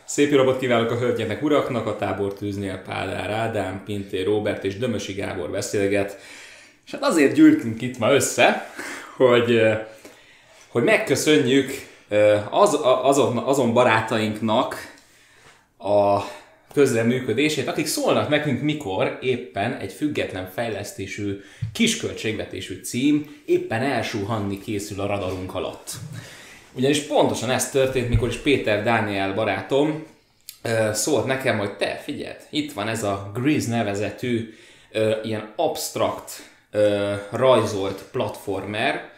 Szép jó napot kívánok a hölgyeknek, uraknak, a tábortűznél Pálár Ádám, Pintér Róbert és Dömösi Gábor beszélget. És hát azért gyűltünk itt ma össze, hogy megköszönjük azon barátainknak a közreműködését, akik szólnak nekünk, mikor éppen egy független fejlesztésű, kisköltségvetésű cím éppen elsuhanni készül a radarunk alatt. Ugyanis pontosan ez történt, mikor is Péter Dániel barátom szólt nekem, hogy te figyeld, itt van ez a Grease nevezetű ilyen absztrakt rajzolt platformer,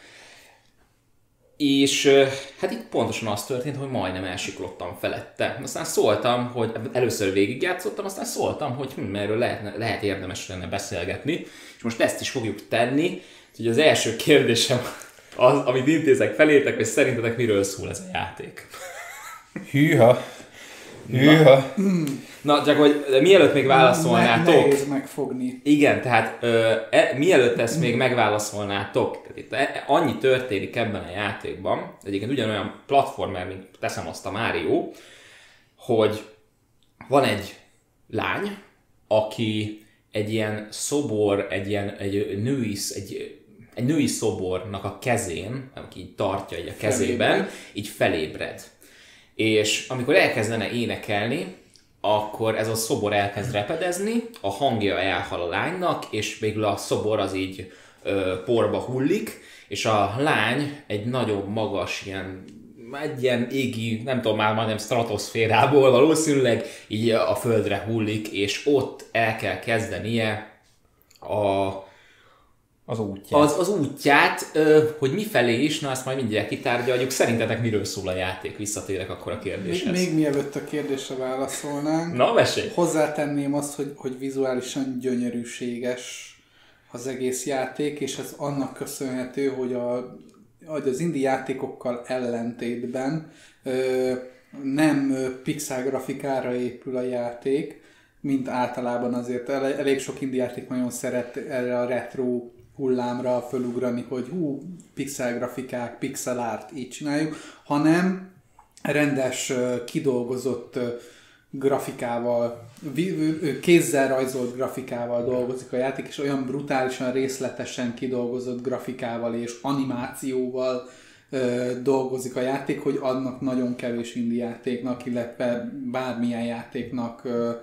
és hát itt pontosan az történt, hogy majdnem elsiklottam felette. Aztán szóltam, hogy először végigjátszottam, aztán szóltam, hogy erről lehet érdemes lenne beszélgetni, és most ezt is fogjuk tenni. Úgyhogy az első kérdésem az, amit intézek felétek, hogy szerintetek miről szól ez a játék? Hűha. Na, csak hogy mielőtt még válaszolnátok... Nehéz megfogni. Igen, tehát mielőtt ezt még megválaszolnátok, itt annyi történik ebben a játékban, egyébként ugyanolyan platformer, mint teszem azt a Mario, hogy van egy lány, aki egy ilyen szobor, egy női szobornak a kezén, aki így tartja így a kezében, így felébred. És amikor elkezdene énekelni, akkor ez a szobor elkezd repedezni, a hangja elhal a lánynak, és végül a szobor az így porba hullik, és a lány egy nagyon magas, egy ilyen égi, nem tudom már majdnem stratoszférából valószínűleg így a földre hullik, és ott el kell kezdenie az útját, hogy mifelé is, na ezt majd mindjárt kitárgyaljuk. Szerintetek miről szól a játék? Visszatérek akkor a kérdéshez. Még mielőtt a kérdésre válaszolnánk, na, mesélj! Hozzátenném azt, hogy vizuálisan gyönyörűséges az egész játék, és ez annak köszönhető, hogy az indie játékokkal ellentétben nem pixel grafikára épül a játék, mint általában azért elég sok indie játék nagyon szeret erre a retro hullámra fölugrani, hogy pixel grafikák, pixel art, így csináljuk, hanem rendes, kidolgozott grafikával, kézzel rajzolt grafikával dolgozik a játék, és olyan brutálisan, részletesen kidolgozott grafikával és animációval dolgozik a játék, hogy annak nagyon kevés indie játéknak, illetve bármilyen játéknak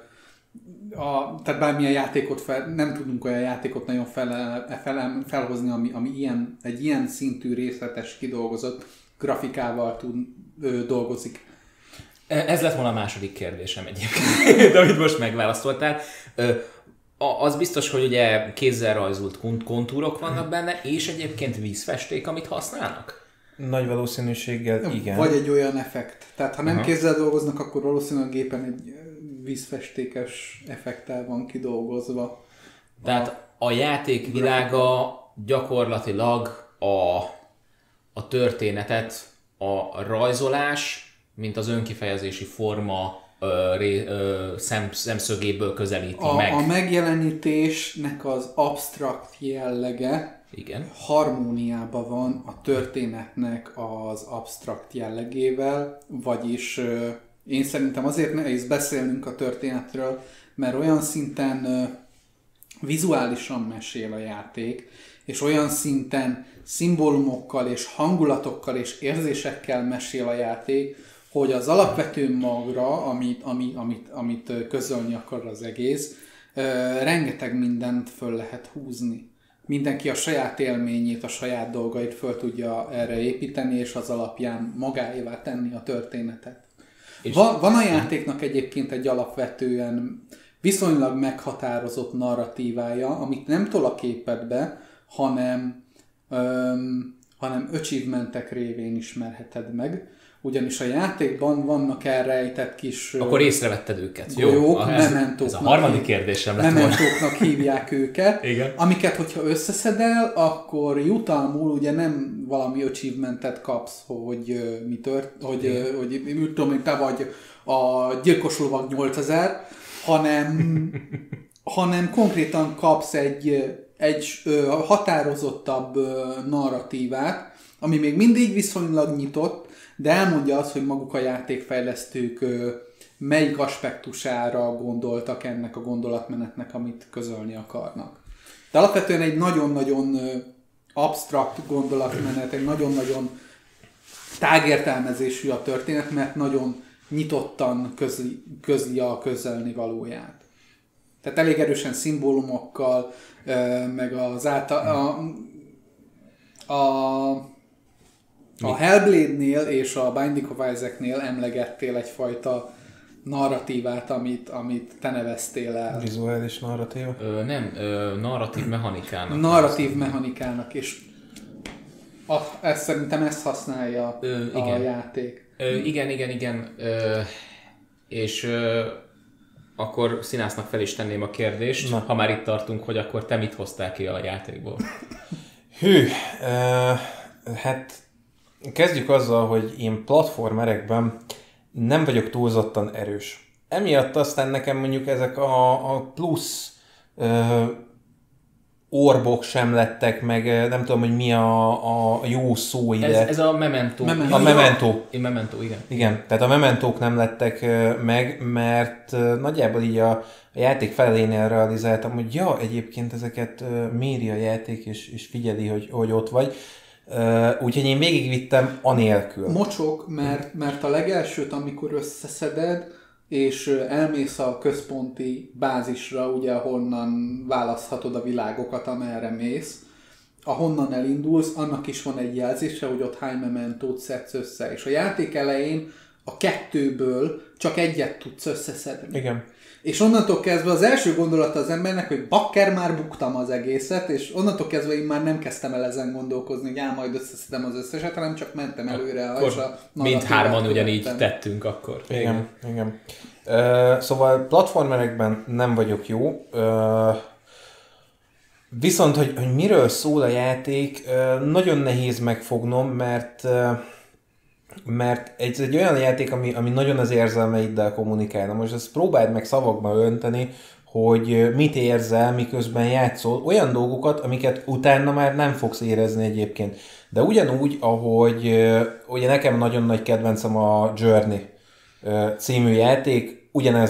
tehát bármilyen játékot nem tudunk olyan játékot nagyon felhozni, ami egy ilyen szintű részletes, kidolgozott grafikával dolgozik. Ez lett volna a második kérdésem egyébként, amit most megválaszoltál. Az biztos, hogy ugye kézzel rajzolt kontúrok vannak benne, és egyébként vízfesték, amit használnak? Nagy valószínűséggel igen. Vagy egy olyan effekt. Tehát ha nem kézzel dolgoznak, akkor valószínűleg a gépen egy vízfestékes effekttel van kidolgozva. Tehát a játék világa gyakorlatilag a történetet a rajzolás, mint az önkifejezési forma szemszögéből közelíti meg. A megjelenítésnek az absztrakt jellege igen. Harmóniában van a történetnek az absztrakt jellegével, vagyis én szerintem azért nehéz beszélnünk a történetről, mert olyan szinten vizuálisan mesél a játék, és olyan szinten szimbólumokkal és hangulatokkal és érzésekkel mesél a játék, hogy az alapvető magra, amit közölni akar az egész, rengeteg mindent föl lehet húzni. Mindenki a saját élményét, a saját dolgait föl tudja erre építeni, és az alapján magáévá tenni a történetet. Van a játéknak egyébként egy alapvetően viszonylag meghatározott narratívája, amit nem tol a képedbe, hanem achievementek révén ismerheted meg. Ugyanis a játékban vannak elrejtett kis... Akkor észrevetted őket, golyók, ez a harmadik kérdésem lett volna. Mementóknak hívják őket, igen. Amiket, hogyha összeszedel, akkor jutalmul ugye nem valami achievementet kapsz, hogy mi hogy tudom, te vagy a gyilkos lovag 8000, hanem konkrétan kapsz egy határozottabb narratívát, ami még mindig viszonylag nyitott, de elmondja azt, hogy maguk a játékfejlesztők melyik aspektusára gondoltak ennek a gondolatmenetnek, amit közölni akarnak. De alapvetően egy nagyon-nagyon absztrakt gondolatmenet, egy nagyon-nagyon tágértelmezésű a történet, mert nagyon nyitottan közli a közelni valóját. Tehát elég erősen szimbólumokkal, meg az a Hellblade-nél és a Binding of Isaac-nél emlegettél egyfajta narratívát, amit te neveztél el. Vizuális narratíva? Nem, narratív mechanikának. Narratív mechanikának, és szerintem ezt használja a játék. Igen. És akkor Színásznak fel is tenném a kérdést, ha már itt tartunk, hogy akkor te mit hoztál ki a játékból? Hát kezdjük azzal, hogy én platformerekben nem vagyok túlzottan erős. Emiatt aztán nekem mondjuk ezek a plusz orbok sem lettek, meg nem tudom, hogy mi a jó szó ide. Ez a Memento. A Memento. Memento, igen. Igen, tehát a Mementók nem lettek meg, mert nagyjából így a játék felelénél realizáltam, hogy ja, egyébként ezeket méri a játék, és figyeli, hogy ott vagy. Úgyhogy én végigvittem anélkül. Mocsok, mert a legelsőt, amikor összeszeded, és elmész a központi bázisra, ugye ahonnan választhatod a világokat, amerre mész, ahonnan elindulsz, annak is van egy jelzése, hogy ott hány mementót szedsz össze. És a játék elején a 2-ből csak egyet tudsz összeszedni. Igen. És onnantól kezdve az első gondolata az embernek, hogy bakker, már buktam az egészet, és onnantól kezdve én már nem kezdtem el ezen gondolkozni, hogy majd összeszedem az összeset, hanem csak mentem előre. Mindhárman ugyanígy tettünk akkor. Igen. Szóval platformerekben nem vagyok jó. Viszont, hogy miről szól a játék, nagyon nehéz megfognom, mert ez egy olyan játék, ami nagyon az érzelmeiddel kommunikálna. Most ezt próbáld meg szavakba önteni, hogy mit érzel, miközben játszol, olyan dolgokat, amiket utána már nem fogsz érezni egyébként. De ugyanúgy, ahogy ugye nekem nagyon nagy kedvencem a Journey című játék, ugyanez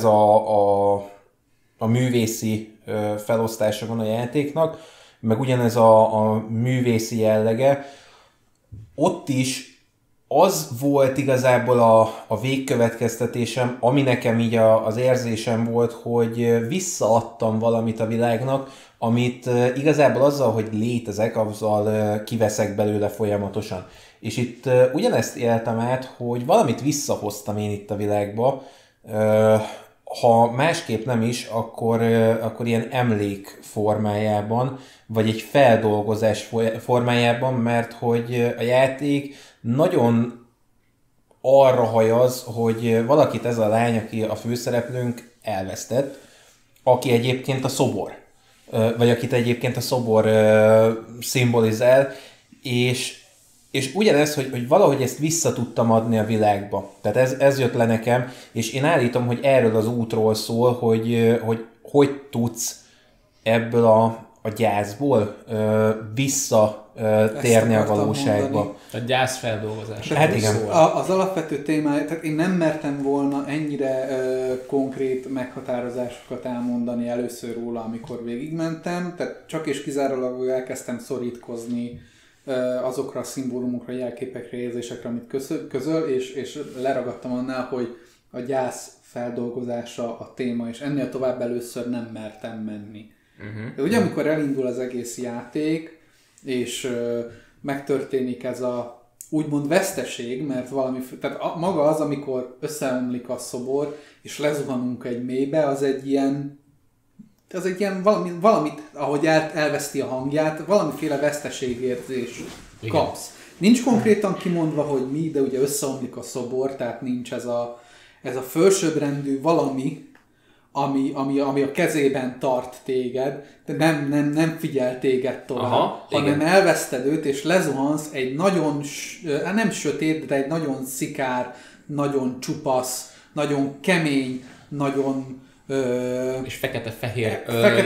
a művészi felosztása van a játéknak, meg ugyanez a művészi jellege. Ott is az volt igazából a végkövetkeztetésem, ami nekem így az érzésem volt, hogy visszaadtam valamit a világnak, amit igazából azzal, hogy létezek, azzal kiveszek belőle folyamatosan. És itt ugyanezt éltem át, hogy valamit visszahoztam én itt a világba, ha másképp nem is, akkor ilyen emlék formájában, vagy egy feldolgozás formájában, mert hogy a játék nagyon arra hajaz, hogy valakit ez a lány, aki a főszereplőnk, elvesztett, aki egyébként a szobor, vagy akit egyébként a szobor szimbolizál, és ugyanez, hogy valahogy ezt vissza tudtam adni a világba. Tehát ez jött le nekem, és én állítom, hogy erről az útról szól, hogy tudsz ebből a gyászból visszatérni a valóságba. Mondani. A gyász feldolgozás. Hát igen. Az alapvető témája, tehát én nem mertem volna ennyire konkrét meghatározásokat elmondani először róla, amikor végigmentem, tehát csak és kizárólag elkezdtem szorítkozni azokra a szimbólumokra, jelképekre, érzésekre, amit közöl, és leragadtam annál, hogy a gyász feldolgozása a téma, és ennél tovább először nem mertem menni. De ugye amikor elindul az egész játék, és megtörténik ez a úgymond veszteség, mert tehát maga az, amikor összeomlik a szobor, és lezuhanunk egy mélybe, az egy ilyen valamit, ahogy elveszti a hangját, valamiféle veszteségérzés kapsz. Nincs konkrétan kimondva, hogy mi, de ugye összeomlik a szobor, tehát nincs ez a felsőbbrendű valami, ami a kezében tart téged, de nem figyel téged tovább, hanem elveszted őt, és lezuhansz egy nagyon, nem sötét, de egy nagyon szikár, nagyon csupasz, nagyon kemény, nagyon és fekete-fehér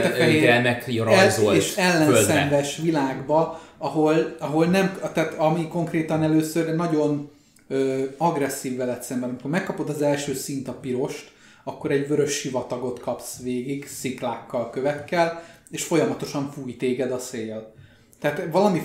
rajzolt és ellenszenves világba, ahol nem, tehát ami konkrétan először nagyon agresszív veled szemben. Amikor megkapod az első szint a pirost, akkor egy vörös sivatagot kapsz végig, sziklákkal, kövekkel, és folyamatosan fúj téged a szél. Tehát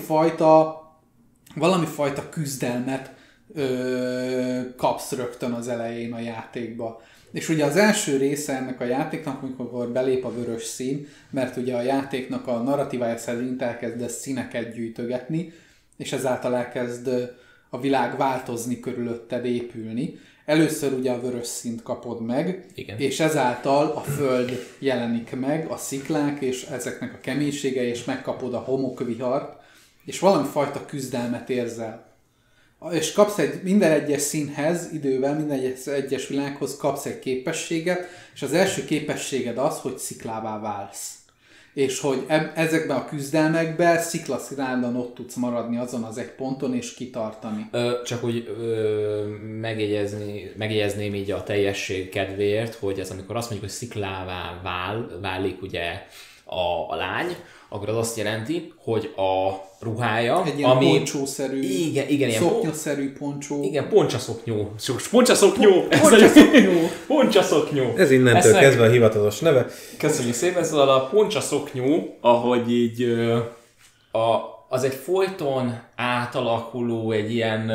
valami fajta küzdelmet kapsz rögtön az elején a játékba. És ugye az első része ennek a játéknak, amikor belép a vörös szín, mert ugye a játéknak a narratívája szerint elkezdesz színeket gyűjtögetni, és ezáltal elkezd a világ változni körülötted, épülni. Először ugye a vörös színt kapod meg, igen. És ezáltal a föld jelenik meg, a sziklák, és ezeknek a keménysége, és megkapod a homokvihart, és valami fajta küzdelmet érzel. És kapsz minden egyes színhez, idővel, minden egyes világhoz kapsz egy képességet, és az első képességed az, hogy sziklává válsz. És hogy ezekben a küzdelmekben sziklaszilárdan ott tudsz maradni azon az egy ponton, és kitartani. Csak úgy megjegyezném így a teljesség kedvéért, hogy ez amikor azt mondjuk, hogy sziklává válik ugye a lány, akkor az azt jelenti, hogy a ruhája, egy ilyen poncsószerű, igen, szoknyaszerű poncsó. Igen, poncsaszoknyó. Poncsaszoknyó. Ez innentől kezdve a hivatalos neve. Köszönjük szépen, szóval a poncsaszoknyó, ahogy így az egy folyton átalakuló, egy ilyen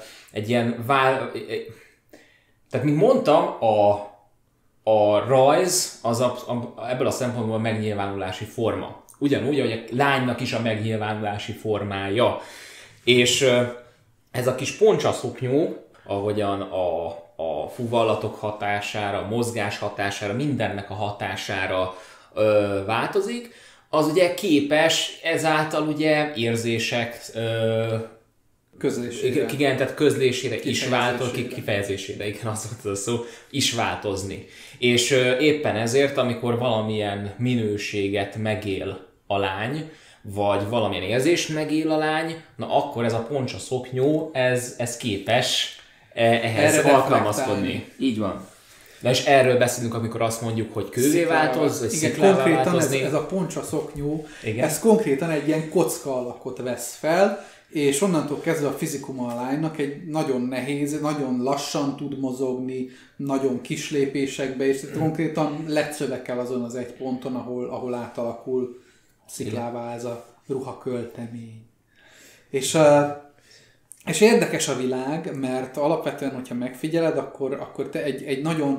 tehát mint mondtam, a rajz az ebből a szempontból a megnyilvánulási forma. Ugyanúgy, hogy a lánynak is a megnyilvánulási formája. És ez a kis poncsaszoknyó, ahogyan a fuvallatok hatására, a mozgás hatására, mindennek a hatására változik, az ugye képes ezáltal ugye érzések közlésére. Igen, tehát közlésére is változik, kifejezésére, igen, az volt a szó, is változni. És éppen ezért, amikor valamilyen minőséget megél a lány, vagy valamilyen érzést megél a lány, na akkor ez a poncsaszoknyó, ez képes ehhez alkalmazkodni. Így van. De és erről beszélünk, amikor azt mondjuk, hogy kővé változ, vagy sziklává változni. Ez a poncsaszoknyó, ez konkrétan egy ilyen kocka alakot vesz fel, és onnantól kezdve a fizikuma a lánynak egy nagyon nehéz, nagyon lassan tud mozogni, nagyon kis lépésekbe, és konkrétan lecövekel azon az egy ponton, ahol átalakul sziklává ez a ruhaköltemény. És érdekes a világ, mert alapvetően, hogyha megfigyeled, akkor te egy nagyon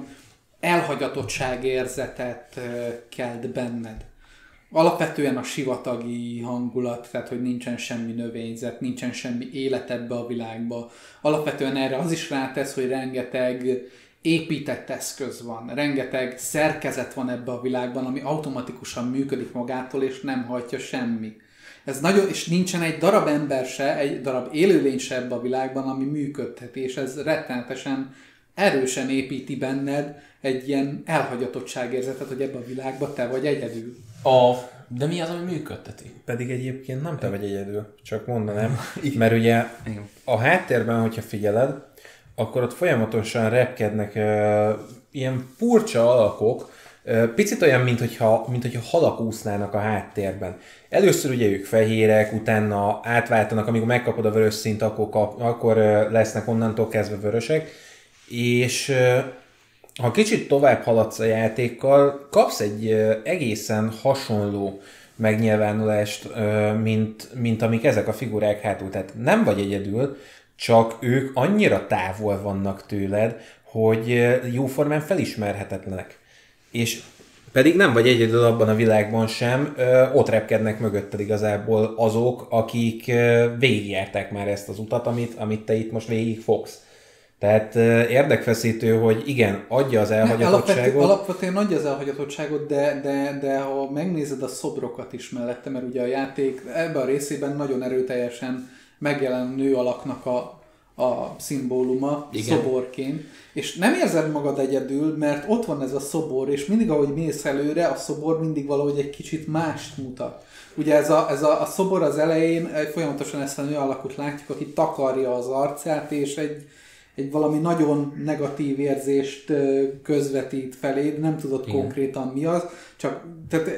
elhagyatottságérzetet kelt benned. Alapvetően a sivatagi hangulat, tehát hogy nincsen semmi növényzet, nincsen semmi élet ebbe a világba. Alapvetően erre az is rátesz, hogy rengeteg épített eszköz van, rengeteg szerkezet van ebbe a világban, ami automatikusan működik magától, és nem hajtja semmi. Ez nagyon, és nincsen egy darab ember se, egy darab élőlény se ebbe a világban, ami működhet, és ez rettenetesen erősen építi benned egy ilyen elhagyatottságérzetet, hogy ebbe a világban te vagy egyedül. De mi az, ami működteti? Pedig egyébként nem te vagy egyedül, csak mondanám. Mert ugye a háttérben, hogyha figyeled, akkor ott folyamatosan repkednek ilyen furcsa alakok, picit olyan, mint hogyha halak úsznának a háttérben. Először ugye ők fehérek, utána átváltanak, amikor megkapod a vörös szint, akkor lesznek onnantól kezdve vörösek, és ha kicsit tovább haladsz a játékkal, kapsz egy egészen hasonló megnyilvánulást, mint amik ezek a figurák hátul. Tehát nem vagy egyedül, csak ők annyira távol vannak tőled, hogy jóformán felismerhetetlenek. És pedig nem vagy egyedül abban a világban sem, ott repkednek mögötted igazából azok, akik végigjárták már ezt az utat, amit te itt most végig fogsz. Tehát érdekfeszítő, hogy igen, adja az elhagyatottságot. Alapvetően adja az elhagyatottságot, de ha megnézed a szobrokat is mellette, mert ugye a játék ebben a részében nagyon erőteljesen megjelen nő alaknak a szimbóluma, igen, szoborként, és nem érzed magad egyedül, mert ott van ez a szobor, és mindig ahogy mész előre, a szobor mindig valahogy egy kicsit mást mutat. Ugye ez a szobor az elején folyamatosan ezt a nő alakot látjuk, aki takarja az arcát, és egy valami nagyon negatív érzést közvetít feléd, nem tudod igen. konkrétan mi az, csak tehát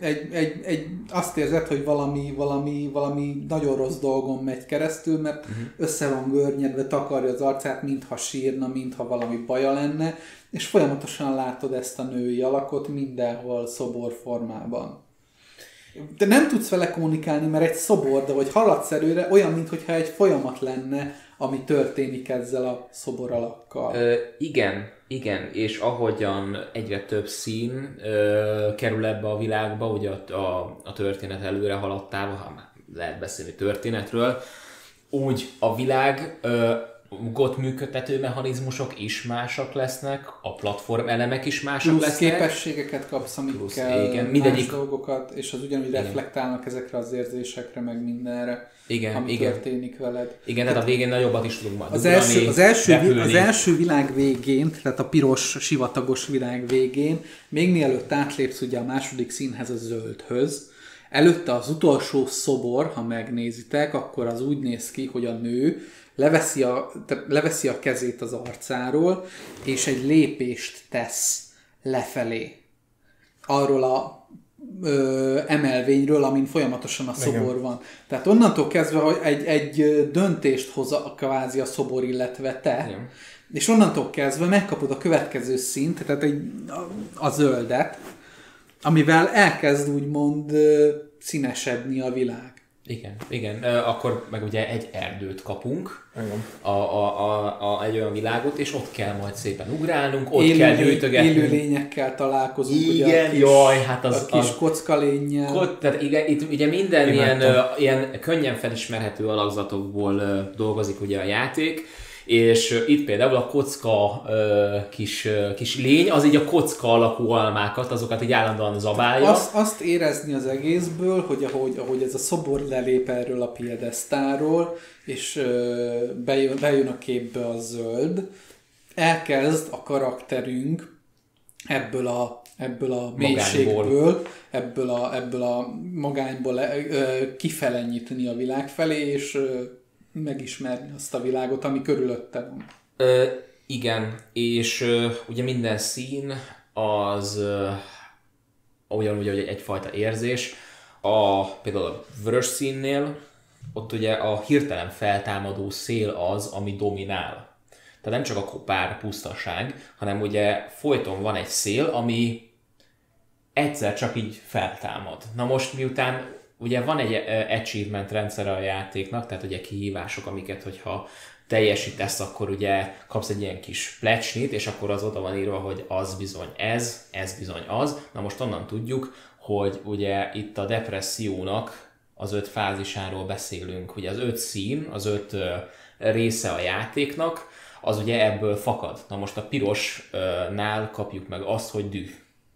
azt érzed, hogy valami nagyon rossz dolgon megy keresztül, mert össze van görnyedve, takarja az arcát, mintha sírna, mintha valami baja lenne, és folyamatosan látod ezt a női alakot mindenhol szoborformában. De nem tudsz vele kommunikálni, mert egy szobor, de vagy haladsz előre, olyan, mintha egy folyamat lenne, ami történik ezzel a szobor alakkal. Igen, és ahogyan egyre több szín kerül ebbe a világba, ugye a történet előre haladtával, ha már lehet beszélni történetről, úgy a világ gott működtető mechanizmusok is másak lesznek, a platform elemek is másak plusz lesznek. képességeket kapsz, amikkel más dolgokat, és az ugyanúgy reflektálnak ezekre az érzésekre, meg mindenre, ami történik veled. Igen, tehát a végén nagyobbat is tudunk majd az első világ végén, tehát a piros, sivatagos világ végén, még mielőtt átlépsz ugye a második színhez, a zöldhöz, előtte az utolsó szobor, ha megnézitek, akkor az úgy néz ki, hogy a nő leveszi a kezét az arcáról, és egy lépést tesz lefelé. Arról a emelvényről, amin folyamatosan a szobor van. Tehát onnantól kezdve, hogy egy döntést hoz kvázi a szobor, illetve te, igen. És onnantól kezdve megkapod a következő szint, tehát a zöldet, amivel elkezd úgymond színesedni a világ. Igen. Akkor meg ugye egy erdőt kapunk, egy olyan világot, és ott kell majd szépen ugrálnunk, ott kell gyűjtögetnünk. Élőlényekkel találkozunk, igen, ugye a kis kockalénnyel. Tehát igen, itt ugye minden ilyen könnyen felismerhető alakzatokból dolgozik ugye a játék, és itt például a kocka kis lény, az így a kocka alakú almákat, azokat így állandóan zabálja. Azt érezni az egészből, hogy ahogy ez a szobor lelép erről a piedesztáról, és bejön a képbe a zöld, elkezd a karakterünk ebből a mélységből, ebből a magányból kifele nyitni a világ felé, és megismerni azt a világot, ami körülötte van. Igen, és ugye minden szín az ugyanúgy, hogy egyfajta érzés. Például a vörös színnél ott ugye a hirtelen feltámadó szél az, ami dominál. Tehát nem csak a kopár pusztaság, hanem ugye folyton van egy szél, ami egyszer csak így feltámad. Na most miután ugye van egy achievement rendszere a játéknak, tehát ugye kihívások, amiket, hogyha teljesítesz, akkor ugye kapsz egy ilyen kis plecsnit, és akkor az oda van írva, hogy az bizony ez bizony az. Na most onnan tudjuk, hogy ugye itt a depressziónak az 5 fázisáról beszélünk. Ugye az 5 szín, az 5 része a játéknak, az ugye ebből fakad. Na most a pirosnál kapjuk meg azt, hogy düh.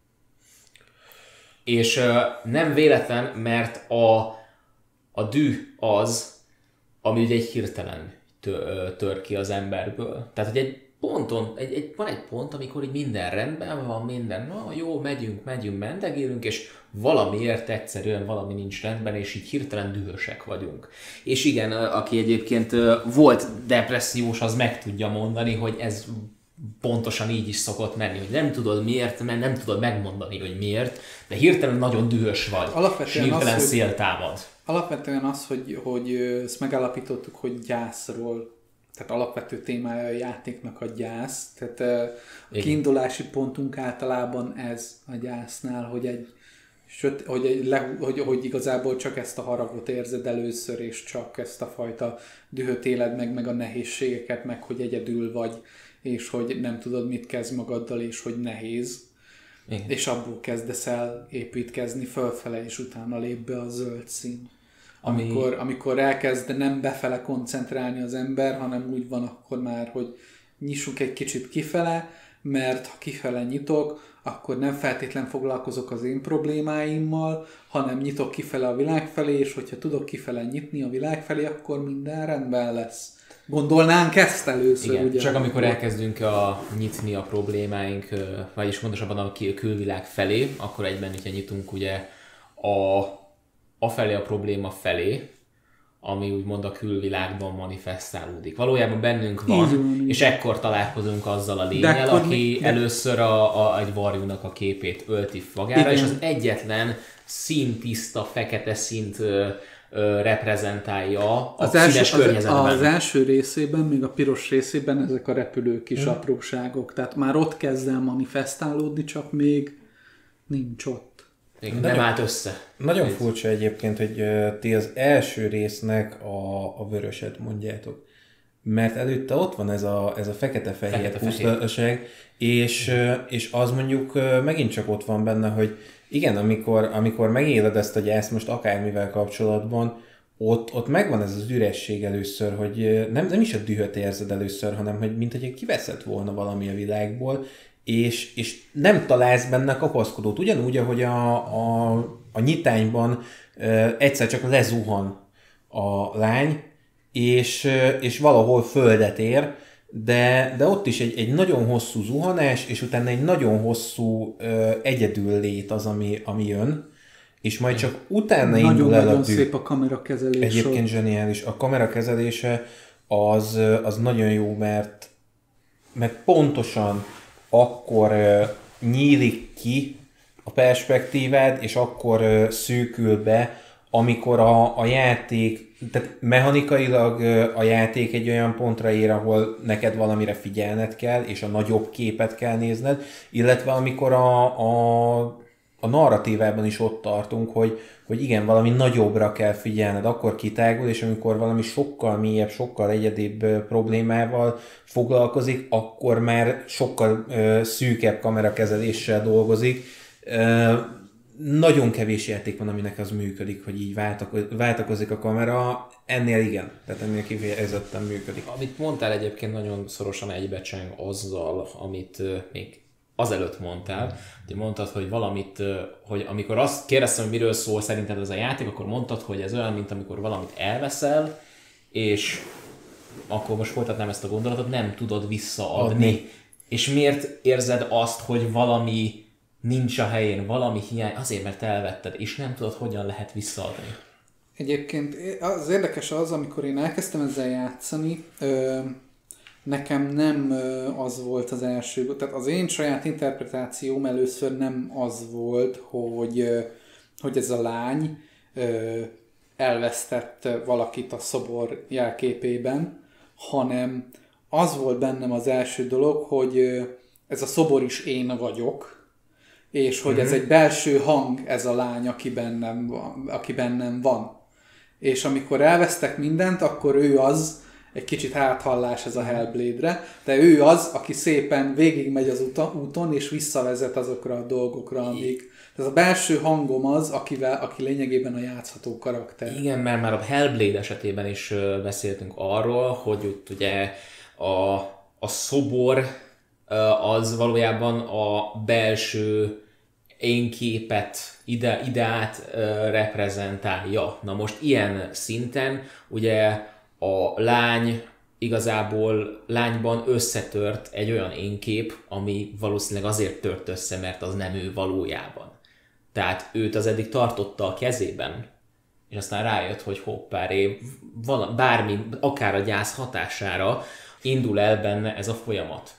És nem véletlen, mert a düh az, ami ugye egy hirtelen tör ki az emberből. Tehát, hogy egy ponton, van egy pont, amikor így minden rendben van, jó, megyünk, mendegélünk, és valamiért egyszerűen valami nincs rendben, és így hirtelen dühösek vagyunk. És igen, aki egyébként volt depressziós, az meg tudja mondani, hogy ez pontosan így is szokott menni, hogy nem tudod miért, mert nem tudod megmondani, hogy miért, de hirtelen nagyon dühös vagy, alapvetően és hirtelen szél támad. Alapvetően az, hogy ezt megállapítottuk, hogy gyászról, tehát alapvető témája a játéknak a gyász, tehát a kiindulási pontunk általában ez a gyásznál, hogy igazából csak ezt a haragot érzed először, és csak ezt a fajta dühöt éled meg a nehézségeket, meg hogy egyedül vagy, és hogy nem tudod, mit kezd magaddal, és hogy nehéz. Igen. És abból kezdesz el építkezni fölfele, és utána lép be a zöld szín. Amikor elkezd nem befele koncentrálni az ember, hanem úgy van akkor már, hogy nyissunk egy kicsit kifele, mert ha kifele nyitok, akkor nem feltétlen foglalkozok az én problémáimmal, hanem nyitok kifele a világ felé, és hogyha tudok kifele nyitni a világ felé, akkor minden rendben lesz. Gondolnánk ezt először, igen, ugye? Csak amikor elkezdünk nyitni a problémáink, vagyis pontosabban a külvilág felé, akkor egyben, hogyha nyitunk ugye afelé a probléma felé, ami úgymond a külvilágban manifestálódik. Valójában bennünk van, és ekkor találkozunk azzal a lénnyel, aki először egy varjúnak a képét ölti magára, és az egyetlen színtiszta, fekete színt reprezentálja a színes környezetben. Az első részében, még a piros részében ezek a repülő kis apróságok, tehát már ott kezd el manifestálódni, csak még nincs ott. Nem állt össze. Nagyon furcsa egyébként, hogy ti az első résznek a vöröset mondjátok. Mert előtte ott van ez a fekete-fehér pusztaság, és az mondjuk megint csak ott van benne, hogy igen, amikor megéled ezt a gyászt most akármivel kapcsolatban, ott megvan ez az üresség először, hogy nem is a dühöt érzed először, hanem hogy mint hogy kiveszett volna valami a világból, és nem találsz benne kapaszkodót. Ugyanúgy, ahogy a nyitányban egyszer csak lezuhan a lány, és valahol földet ér, de ott is egy nagyon hosszú zuhanás, és utána egy nagyon hosszú egyedül lét az, ami jön, és majd csak utána indul el a Nagyon szép a kamerakezelés. Egyébként zseniális. A kamerakezelése az nagyon jó, mert pontosan akkor nyílik ki a perspektívád, és akkor szűkül be, amikor a játék, tehát mechanikailag a játék egy olyan pontra ér, ahol neked valamire figyelned kell, és a nagyobb képet kell nézned, illetve amikor a narratívában is ott tartunk, hogy igen, valami nagyobbra kell figyelned, akkor kitágul, és amikor valami sokkal mélyebb, sokkal egyedibb problémával foglalkozik, akkor már sokkal szűkebb kamerakezeléssel dolgozik. Nagyon kevés játék van, aminek az működik, hogy így váltakozik a kamera. Ennél igen, tehát ennél kifejezetten működik. Amit mondtál egyébként nagyon szorosan egybecseng azzal, amit még azelőtt mondtál, hogy mondtad, hogy valamit, hogy amikor azt kérdeztem, hogy miről szól szerinted ez a játék, akkor mondtad, hogy ez olyan, mint amikor valamit elveszel, és akkor most folytatnám ezt a gondolatot, nem tudod visszaadni. És miért érzed azt, hogy valami nincs a helyén, valami hiány, azért, mert elvetted, és nem tudod, hogyan lehet visszaadni? Egyébként az érdekes az, amikor én elkezdtem ezzel játszani, nekem nem az volt az első, tehát az én saját interpretációm először nem az volt, hogy ez a lány elvesztett valakit a szobor jelképében, hanem az volt bennem az első dolog, hogy ez a szobor is én vagyok, és hogy ez egy belső hang, ez a lány, aki bennem van. És amikor elvesztek mindent, akkor ő az, egy kicsit áthallás ez a Hellblade-re, de ő az, aki szépen végigmegy az úton, és visszavezet azokra a dolgokra, amik... Ez a belső hangom az, aki lényegében a játszható karakter. Igen, mert már a Hellblade esetében is beszéltünk arról, hogy ott ugye a szobor az valójában a belső énképet, ideát reprezentálja. Na most ilyen szinten ugye a lány igazából lányban összetört egy olyan énkép, ami valószínűleg azért tört össze, mert az nem ő valójában. Tehát őt az eddig tartotta a kezében, és aztán rájött, hogy hoppáré, bármi, akár a gyász hatására indul el benne ez a folyamat.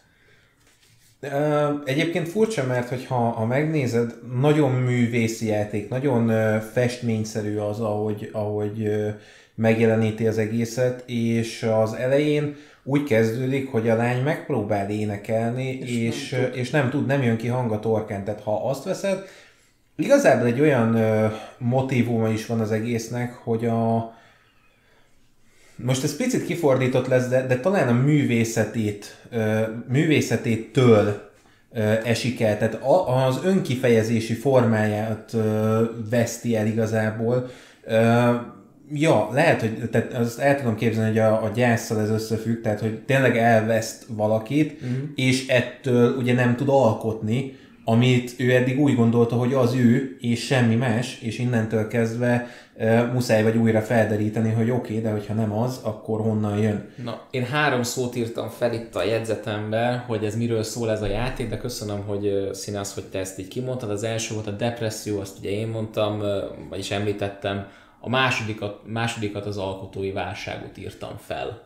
Egyébként furcsa, mert hogyha megnézed, nagyon művészi játék, nagyon festményszerű az, ahogy megjeleníti az egészet, és az elején úgy kezdődik, hogy a lány megpróbál énekelni, és nem jön ki hang a torkán. Tehát ha azt veszed, igazából egy olyan motívuma is van az egésznek, hogy most ez picit kifordított lesz, de talán a művészetétől esik el, tehát az önkifejezési formáját veszti el igazából. Ja, lehet, hogy tehát azt el tudom képzelni, hogy a gyászsal ez összefügg, tehát hogy tényleg elveszt valakit, és ettől ugye nem tud alkotni, amit ő eddig úgy gondolta, hogy az ő, és semmi más, és innentől kezdve muszáj vagy újra felderíteni, hogy oké, de hogyha nem az, akkor honnan jön. Na, én 3 szót írtam fel itt a jegyzetembe, hogy ez miről szól ez a játék, de köszönöm, hogy Színász, hogy te ezt így kimondtad. Az első volt a depresszió, azt ugye én mondtam, vagyis említettem, a másodikat az alkotói válságot írtam fel.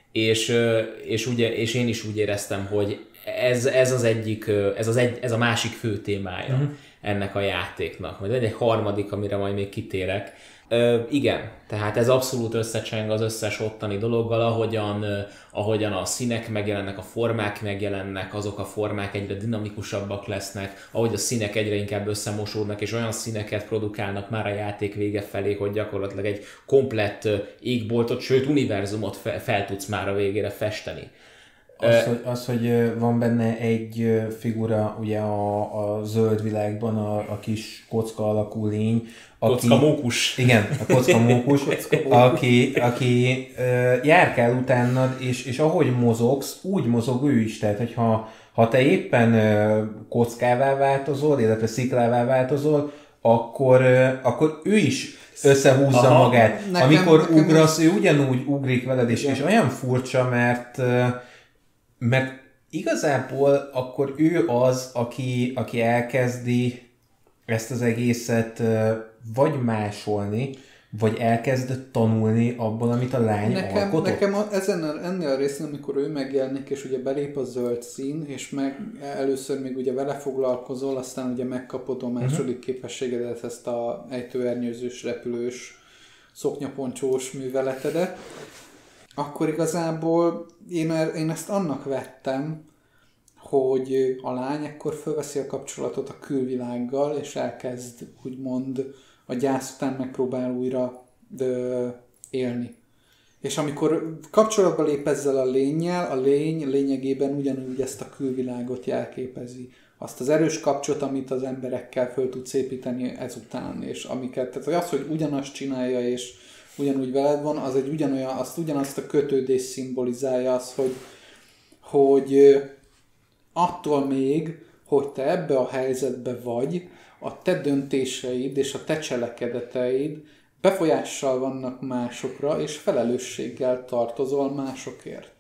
És én is úgy éreztem, hogy ez az egyik, ez a másik fő témája ennek a játéknak. Majd egy harmadik, amire majd még kitérek. Igen, tehát ez abszolút összecseng az összes ottani dologgal, ahogyan a színek megjelennek, a formák megjelennek, azok a formák egyre dinamikusabbak lesznek, ahogy a színek egyre inkább összemosódnak, és olyan színeket produkálnak már a játék vége felé, hogy gyakorlatilag egy komplett égboltot, sőt univerzumot fel tudsz már a végére festeni. Hogy van benne egy figura ugye a zöld világban, a kis kocka alakú lény. Kockamókus. Igen, a kockamókus, aki járkál utánad, és ahogy mozogsz, úgy mozog ő is. Tehát, hogy ha te éppen kockává változol, illetve sziklává változol, akkor ő is összehúzza magát. Amikor ugrasz, ő ugyanúgy ugrik veled, és olyan furcsa, mert igazából akkor ő az, aki elkezdi ezt az egészet vagy másolni, vagy elkezd tanulni abból, amit a lány alkotott. Nekem ennél a részén, amikor ő megjelenik, és ugye belép a zöld szín, és először még ugye vele foglalkozol, aztán ugye megkapod a második képességedet, ezt a ejtőernyőzős, repülős, szoknyaponcsós műveletedet, akkor igazából én ezt annak vettem, hogy a lány ekkor fölveszi a kapcsolatot a külvilággal, és elkezd úgymond a gyász után megpróbál újra élni. És amikor kapcsolatba lép ezzel a lénnyel, a lény lényegében ugyanúgy ezt a külvilágot jelképezi. Azt az erős kapcsot, amit az emberekkel föl tudsz építeni ezután, és tehát az, hogy ugyanazt csinálja, és ugyanúgy veled van, az egy ugyanazt a kötődés szimbolizálja, az, hogy attól még, hogy te ebbe a helyzetbe vagy, a te döntéseid és a te cselekedeteid befolyással vannak másokra, és felelősséggel tartozol másokért.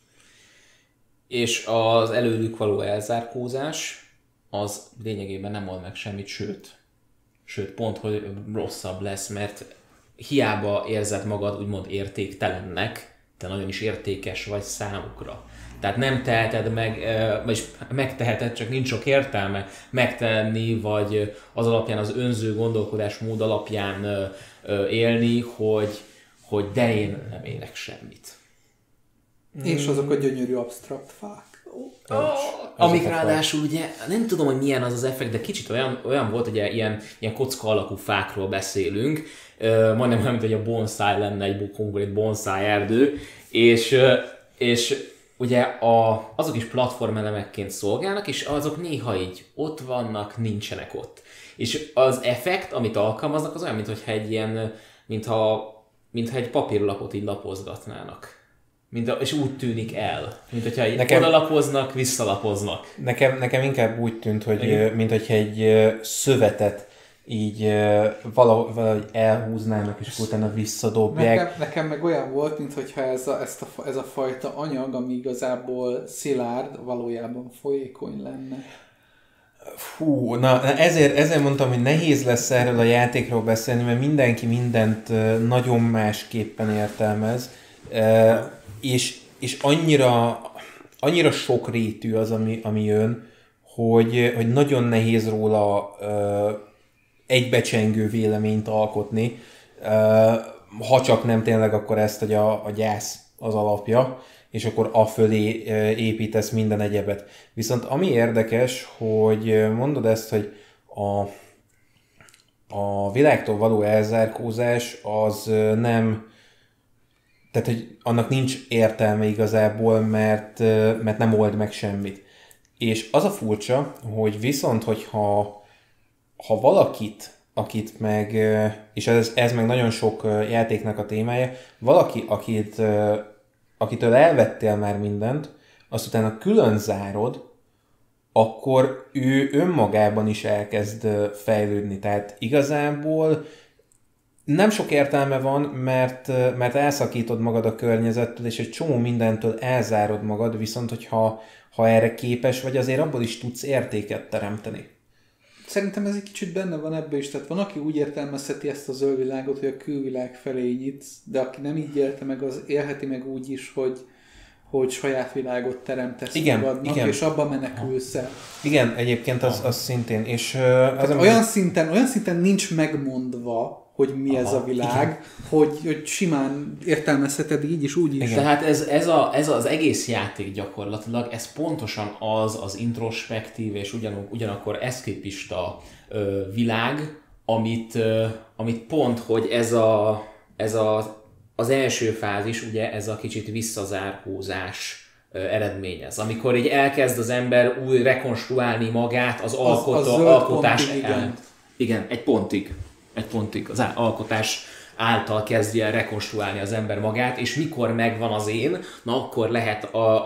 És az előlük való elzárkózás az lényegében nem old meg semmit, sőt pont, hogy rosszabb lesz, mert hiába érzed magad úgymond értéktelennek, te nagyon is értékes vagy számukra. Tehát nem teheted meg, vagyis megteheted, csak nincs sok értelme megtenni, vagy az alapján, az önző gondolkodásmód alapján élni, hogy de én nem élek semmit. És azok a gyönyörű absztrakt fák. Amik ráadásul ugye, nem tudom, hogy milyen az az effekt, de kicsit olyan volt, hogy ilyen kocka alakú fákról beszélünk, majdnem olyan, mint hogy a bonsai lenne egy konkrét bonsai erdő, és ugye azok is platformelemekként szolgálnak, és azok néha így ott vannak, nincsenek ott. És az effekt, amit alkalmaznak, az olyan, mintha egy papírlapot így lapozgatnának. És úgy tűnik el, mint hogyha odalapoznak, visszalapoznak. Nekem inkább úgy tűnt, hogy mint hogyha egy szövetet így valahogy elhúznának, és utána visszadobják. Nekem meg olyan volt, mintha ez a fajta anyag, ami igazából szilárd, valójában folyékony lenne. Fú, ezért mondtam, hogy nehéz lesz erről a játékról beszélni, mert mindenki mindent nagyon másképpen értelmez, és annyira sokrétű az, ami jön, hogy nagyon nehéz róla egybecsengő véleményt alkotni, ha csak nem tényleg akkor ezt, hogy a gyász az alapja, és akkor afölé építesz minden egyebet. Viszont ami érdekes, hogy mondod ezt, hogy a világtól való elzárkózás az nem, tehát hogy annak nincs értelme igazából, mert nem old meg semmit. És az a furcsa, hogy viszont, hogyha akit meg, és ez meg nagyon sok játéknak a témája, valaki, akitől elvettél már mindent, azt utána külön zárod, akkor ő önmagában is elkezd fejlődni. Tehát igazából nem sok értelme van, mert elszakítod magad a környezettől, és egy csomó mindentől elzárod magad, viszont hogyha erre képes vagy, azért abból is tudsz értéket teremteni. Szerintem ez egy kicsit benne van ebben is, tehát van, aki úgy értelmezheti ezt a zöld világot, hogy a külvilág felé nyitsz, de aki nem így élte meg, az élheti meg úgy is, hogy saját világot teremtesz magadnak, és abba menekülsz el. Igen, egyébként az szintén. És, olyan szinten nincs megmondva, hogy mi ez a világ, hogy simán értelmezheted így is, úgy is. Igen. Tehát ez az egész játék gyakorlatilag, ez pontosan az introspektív és ugyanakkor eszképista világ, amit pont, hogy az első fázis, ugye ez a kicsit visszazárkózás eredményez. Amikor így elkezd az ember új rekonstruálni magát az alkotás ellen. Igen, egy pontig. Az alkotás által kezdje el rekonstruálni az ember magát, és mikor megvan az én, na akkor lehet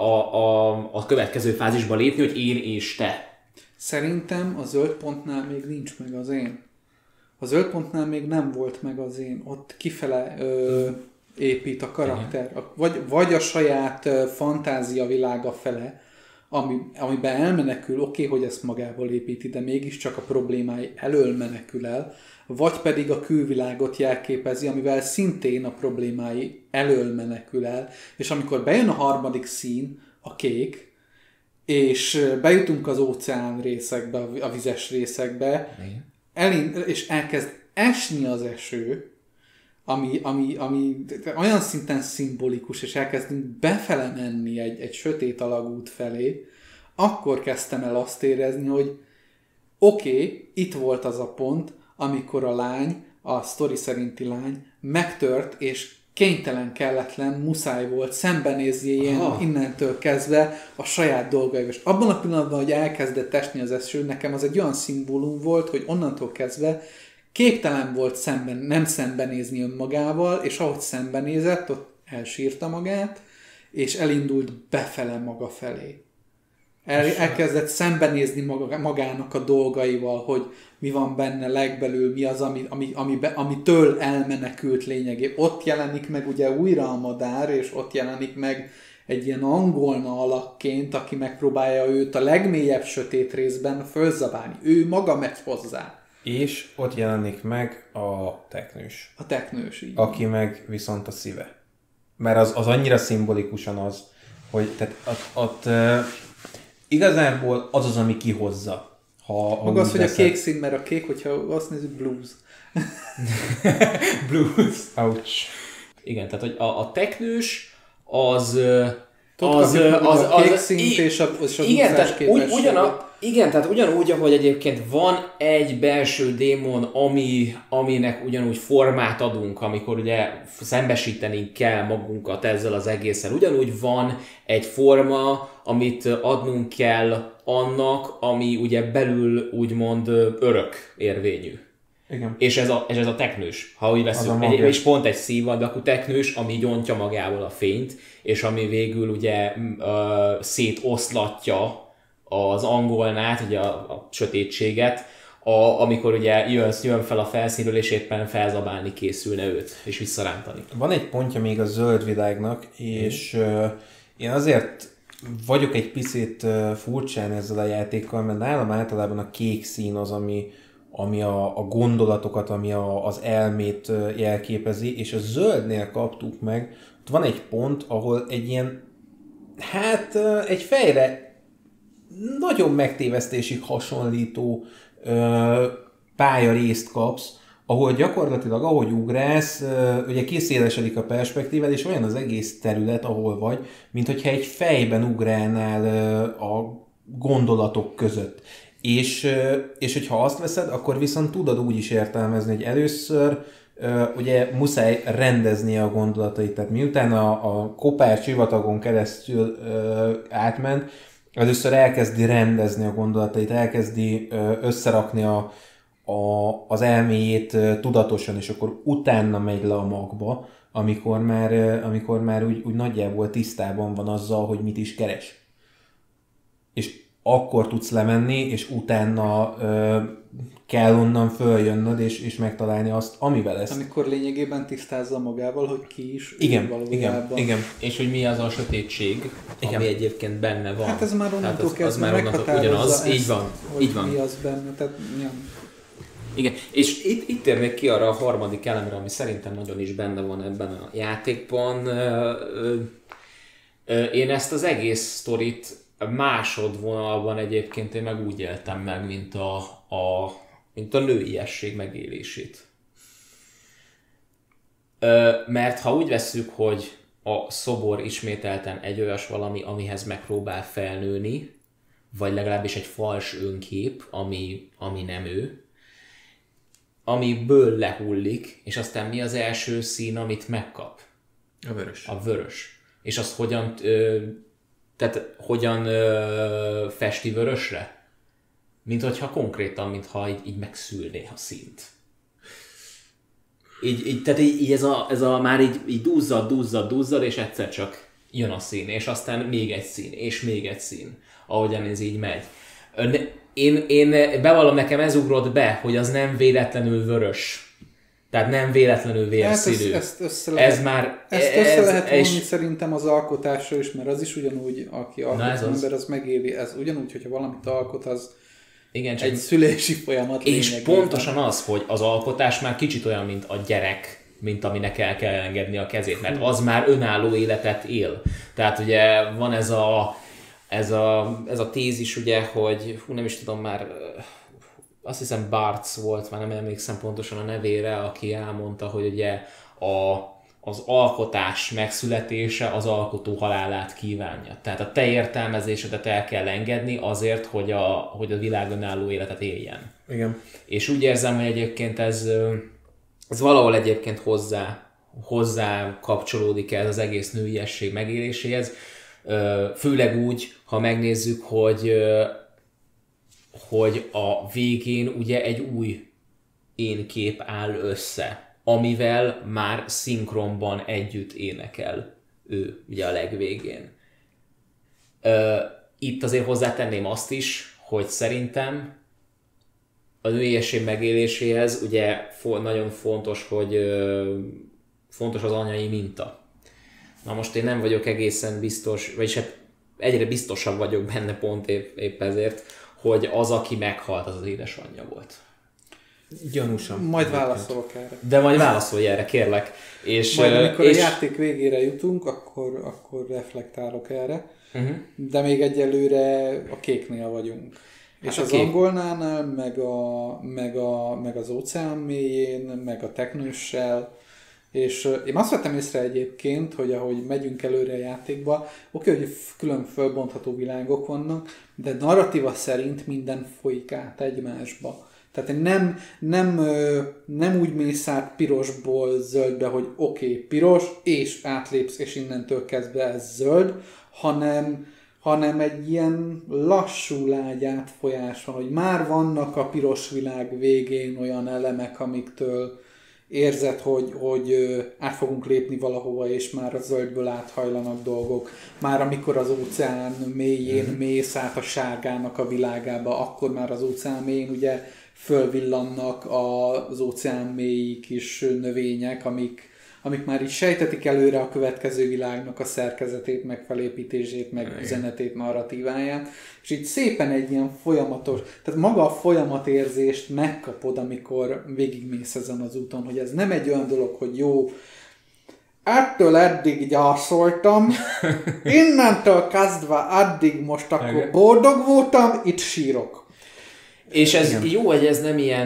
a következő fázisba lépni, hogy én és te. Szerintem a zöld pontnál még nincs meg az én. A zöld pontnál még nem volt meg az én. Ott kifele épít a karakter. Vagy a saját fantázia világa fele, amiben elmenekül, oké, hogy ezt magából építi, de mégiscsak a problémái elől menekül el, vagy pedig a külvilágot jelképezi, amivel szintén a problémái elől menekül el, és amikor bejön a harmadik szín, a kék, és bejutunk az óceán részekbe, a vizes részekbe, és elkezd esni az eső, ami olyan szinten szimbolikus, és elkezdünk befele menni egy sötét alagút felé, akkor kezdtem el azt érezni, hogy oké, itt volt az a pont, amikor a lány, a sztori szerinti lány megtört, és kénytelen, kelletlen, muszáj volt szembenézni innentől kezdve a saját dolgaival. És abban a pillanatban, hogy elkezdett esni az eső, nekem az egy olyan szimbólum volt, hogy onnantól kezdve képtelen volt nem szembenézni önmagával, és ahogy szembenézett, ott elsírta magát, és elindult befele maga felé. Elkezdett szembenézni magának a dolgaival, hogy mi van benne legbelül, mi az, amitől elmenekült lényegében. Ott jelenik meg ugye újra a madár, és ott jelenik meg egy ilyen angolna alakként, aki megpróbálja őt a legmélyebb sötét részben fölzabálni. Ő maga megy hozzá. És ott jelenik meg a teknős. A teknős, így. Aki meg viszont a szíve. Mert az annyira szimbolikusan az, hogy tehát ott igazából az, ami kihozza. Maga az, hogy a kék szín, mert a kék, hogyha azt nézzük, blues. Blues. Ouch. Igen, tehát hogy a teknős az... a kék színt és a igen, tehát ugyanúgy, ahogy egyébként van egy belső démon, aminek ugyanúgy formát adunk, amikor ugye szembesítenünk kell magunkat ezzel az egészen. Ugyanúgy van egy forma, amit adnunk kell annak, ami ugye belül úgymond örök érvényű. Igen. És ez a teknős, ha úgy veszünk, és pont egy szív van, de akkor teknős, ami gyontja magából a fényt, és ami végül ugye szétoszlatja az angolnát, ugye a sötétséget, amikor ugye jön fel a felszínről, és éppen felzabálni készülne őt, és visszarántani. Van egy pontja még a zöld világnak, és én azért vagyok egy picit furcsán ezzel a játékkal, mert nálam általában a kék szín az, ami a gondolatokat, ami az elmét jelképezi, és a zöldnél kaptuk meg, ott van egy pont, ahol egy ilyen, egy fejre nagyon megtévesztésig hasonlító pályarészt kapsz, ahol gyakorlatilag, ahogy ugrálsz, ugye kiszélesedik a perspektívád, és olyan az egész terület, ahol vagy, mint hogyha egy fejben ugrálnál a gondolatok között. És hogyha azt veszed, akkor viszont tudod úgy is értelmezni, hogy először ugye muszáj rendezni a gondolatait. Tehát miután a kopár csivatagon keresztül átment, először elkezdi rendezni a gondolatait, elkezdi összerakni az elméjét tudatosan, és akkor utána megy le a magba, amikor már úgy nagyjából tisztában van azzal, hogy mit is keres. És akkor tudsz lemenni, és utána kell onnan följönnöd, és megtalálni azt, amivel ezt... Amikor lényegében tisztázza magával, hogy ki is igen, valójában. Igen. És hogy mi az a sötétség, ami egyébként benne van. Hát ez már onnantól kezdve meghatározza ezt, így van. hogy Így van. mi az benne. Tehát, ja. Igen, és itt térnék ki arra a harmadik elemre, ami szerintem nagyon is benne van ebben a játékban. Én ezt az egész sztorit másodvonalban egyébként én meg úgy éltem meg, mint a nőiesség megélését. Mert ha úgy vesszük, hogy a szobor ismételten egy olyas valami, amihez megpróbál felnőni, vagy legalábbis egy fals önkép, ami nem ő, amiből lehullik, és aztán mi az első szín, amit megkap? A vörös. A vörös. És azt hogyan festi vörösre? Mint hogyha konkrétan, mintha így megszülné a színt. Tehát ez a már így duzzad, és egyszer csak jön a szín, és aztán még egy szín, és még egy szín, ahogyan ez így megy. Én bevallom, nekem ez ugrott be, hogy az nem véletlenül vörös. Tehát nem véletlenül vérszínű. Hát ezt össze lehet vonni szerintem az alkotásra is, mert az is ugyanúgy, aki alkot ember, az megéli. Ez ugyanúgy, hogyha valamit alkot, az igen, egy szülési folyamat. És pontosan az, hogy az alkotás már kicsit olyan, mint a gyerek, mint aminek el kell engedni a kezét, mert az már önálló életet él. Tehát ugye van ez a tézis, ugye, hogy nem is tudom már, azt hiszem Barthes volt, már nem emlékszem pontosan a nevére, aki elmondta, hogy ugye az alkotás megszületése az alkotó halálát kívánja. Tehát a te értelmezésedet el kell engedni azért, hogy a világ önálló életet éljen. Igen. És úgy érzem, hogy egyébként ez valahol egyébként hozzá kapcsolódik ez az egész nőiesség megéléséhez. Főleg úgy, ha megnézzük, hogy a végén ugye egy új énkép áll össze, amivel már szinkronban együtt énekel ő ugye a legvégén. Itt azért hozzátenném azt is, hogy szerintem a nőiesség megéléséhez ugye nagyon fontos, hogy fontos az anyai minta. Na most én nem vagyok egészen biztos, vagyis hát egyre biztosabb vagyok benne pont épp ezért, hogy az, aki meghalt, az édesanyja volt. Gyanúsan. Majd válaszolok erre. De majd válaszolj erre, kérlek. És, majd amikor a játék végére jutunk, akkor reflektálok erre. De még egyelőre a kéknél vagyunk. Hát és az angolnánál, meg az óceán mélyén, meg a teknőssel. És én azt vettem észre egyébként, hogy ahogy megyünk előre a játékba, oké, hogy külön fölbontható világok vannak, de narratíva szerint minden folyik át egymásba. Tehát nem úgy mész át pirosból zöldbe, hogy oké, piros, és átlépsz, és innentől kezdve ez zöld, hanem egy ilyen lassú lágy átfolyás van, hogy már vannak a piros világ végén olyan elemek, amiktől érzed, hogy át fogunk lépni valahova, és már a zöldből áthajlanak dolgok. Már amikor az óceán mélyén mész át a sárgának a világába, akkor már az óceán mélyén ugye fölvillannak az óceán mélyi kis növények, amik már így sejtetik előre a következő világnak a szerkezetét, meg felépítését, meg üzenetét, narratíváját. És így szépen egy ilyen folyamatos, tehát maga a folyamatérzést megkapod, amikor végigmész ezen az úton, hogy ez nem egy olyan dolog, hogy jó, ettől eddig gyászoltam, innentől kezdve addig most akkor boldog voltam, itt sírok. És ez jó, hogy ez nem ilyen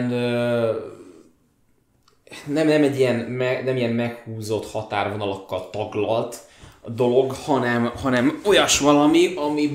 nem ilyen meghúzott határvonalakkal taglalt dolog, hanem olyas valami,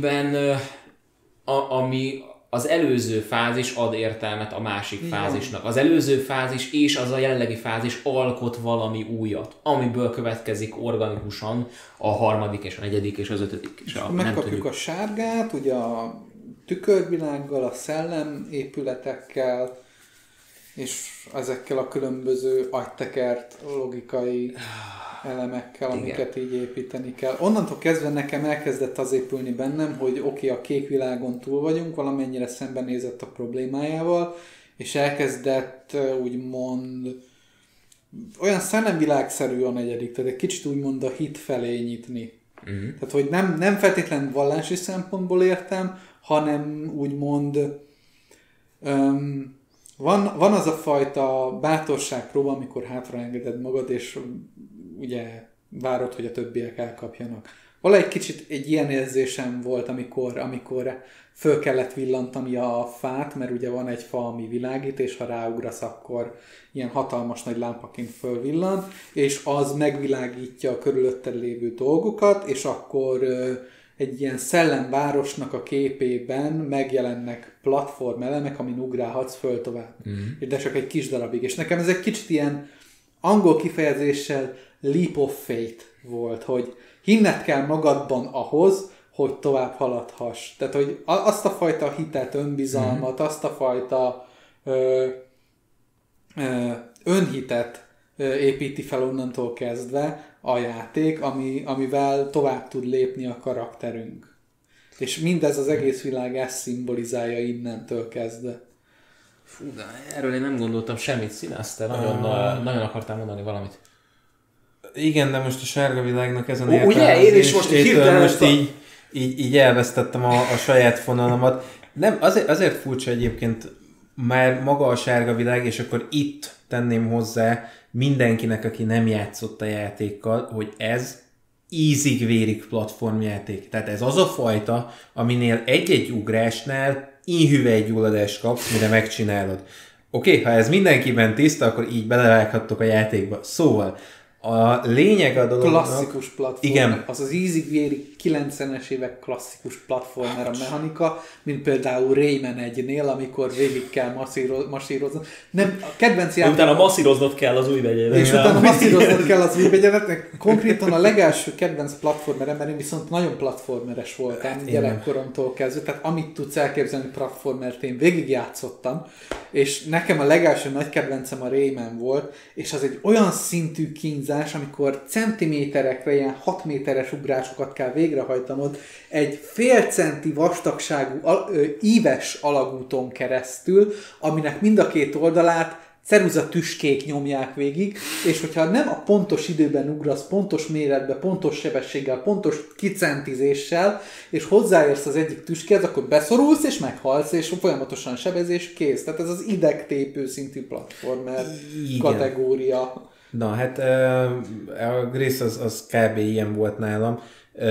ami az előző fázis ad értelmet a másik fázisnak. Az előző fázis és az a jelenlegi fázis alkot valami újat, amiből következik organikusan a harmadik és a negyedik és az ötödik. És megkapjuk a sárgát, ugye a tükörvilággal, a szellem épületekkel, és ezekkel a különböző agytekert logikai elemekkel, amiket így építeni kell. Onnantól kezdve nekem elkezdett az épülni bennem, hogy oké, a kék világon túl vagyunk, valamennyire szembenézett a problémájával, és elkezdett úgymond olyan szellemvilágszerű a negyedik, tehát egy kicsit úgymond a hit felé nyitni. Tehát, hogy nem feltétlen vallási szempontból értem, hanem úgymond van az a fajta bátorságpróba, amikor hátraengeded magad, és ugye várod, hogy a többiek elkapjanak. Valahogy kicsit egy ilyen érzésem volt, amikor föl kellett villantani a fát, mert ugye van egy fa, ami világít, és ha ráugrasz, akkor ilyen hatalmas nagy lámpaként fölvillant, és az megvilágítja a körülötted lévő dolgokat, és akkor egy ilyen szellemvárosnak a képében megjelennek platformelemek, amin ugrálhatsz föl tovább. De csak egy kis darabig. És nekem ez egy kicsit ilyen angol kifejezéssel leap of faith volt, hogy hinned kell magadban ahhoz, hogy tovább haladhass. Tehát, hogy azt a fajta hitet, önbizalmat, azt a fajta önhitet építi fel onnantól kezdve a játék, amivel tovább tud lépni a karakterünk. És mindez az egész világ ezt szimbolizálja innentől kezdve. Fú, de erről én nem gondoltam semmit, színezte, nagyon akartál mondani valamit. Igen, de most a sárga világnak ezen ugye, én is most hirtelen most így elvesztettem a saját fonalamat. Nem, azért furcsa egyébként már maga a sárga világ, és akkor itt tenném hozzá mindenkinek, aki nem játszott a játékkal, hogy ez ízig-vérig platformjáték. Tehát ez az a fajta, aminél egy-egy ugrásnál inhüvelygyulladást kapsz, mire megcsinálod. Oké, ha ez mindenkiben tiszta, akkor így belevághattok a játékba. Szóval a lényeg a dolognak... Klasszikus platform. Igen. Az ízig-vérig 90-es évek klasszikus platformer a mechanika, mint például Rayman 1-nél, amikor végig kell masszírozni. Nem, a kedvenc játék... Utána masszíroznod kell az új vegyedet. És utána masszíroznod kell az új vegyedet. Konkrétan a legelső kedvenc platformerem, mert én viszont nagyon platformeres voltam gyerekkoromtól kezdve, tehát amit tudsz elképzelni platformert, én végigjátszottam, és nekem a legelső nagy kedvencem a Rayman volt, és az egy olyan szintű kínzás, amikor centiméterekre, ilyen 6 méteres ugrásokat kell végrehajtanod egy fél centi vastagságú íves alagúton keresztül, aminek mind a két oldalát ceruza tüskék nyomják végig, és hogyha nem a pontos időben ugrasz, pontos méretbe, pontos sebességgel, pontos kicentizéssel, és hozzáérsz az egyik tüskéhez, akkor beszorulsz, és meghalsz, és folyamatosan sebezés, kész. Tehát ez az idegtépő szintű platformer kategória. Na hát a Grész az kb. Ilyen volt nálam,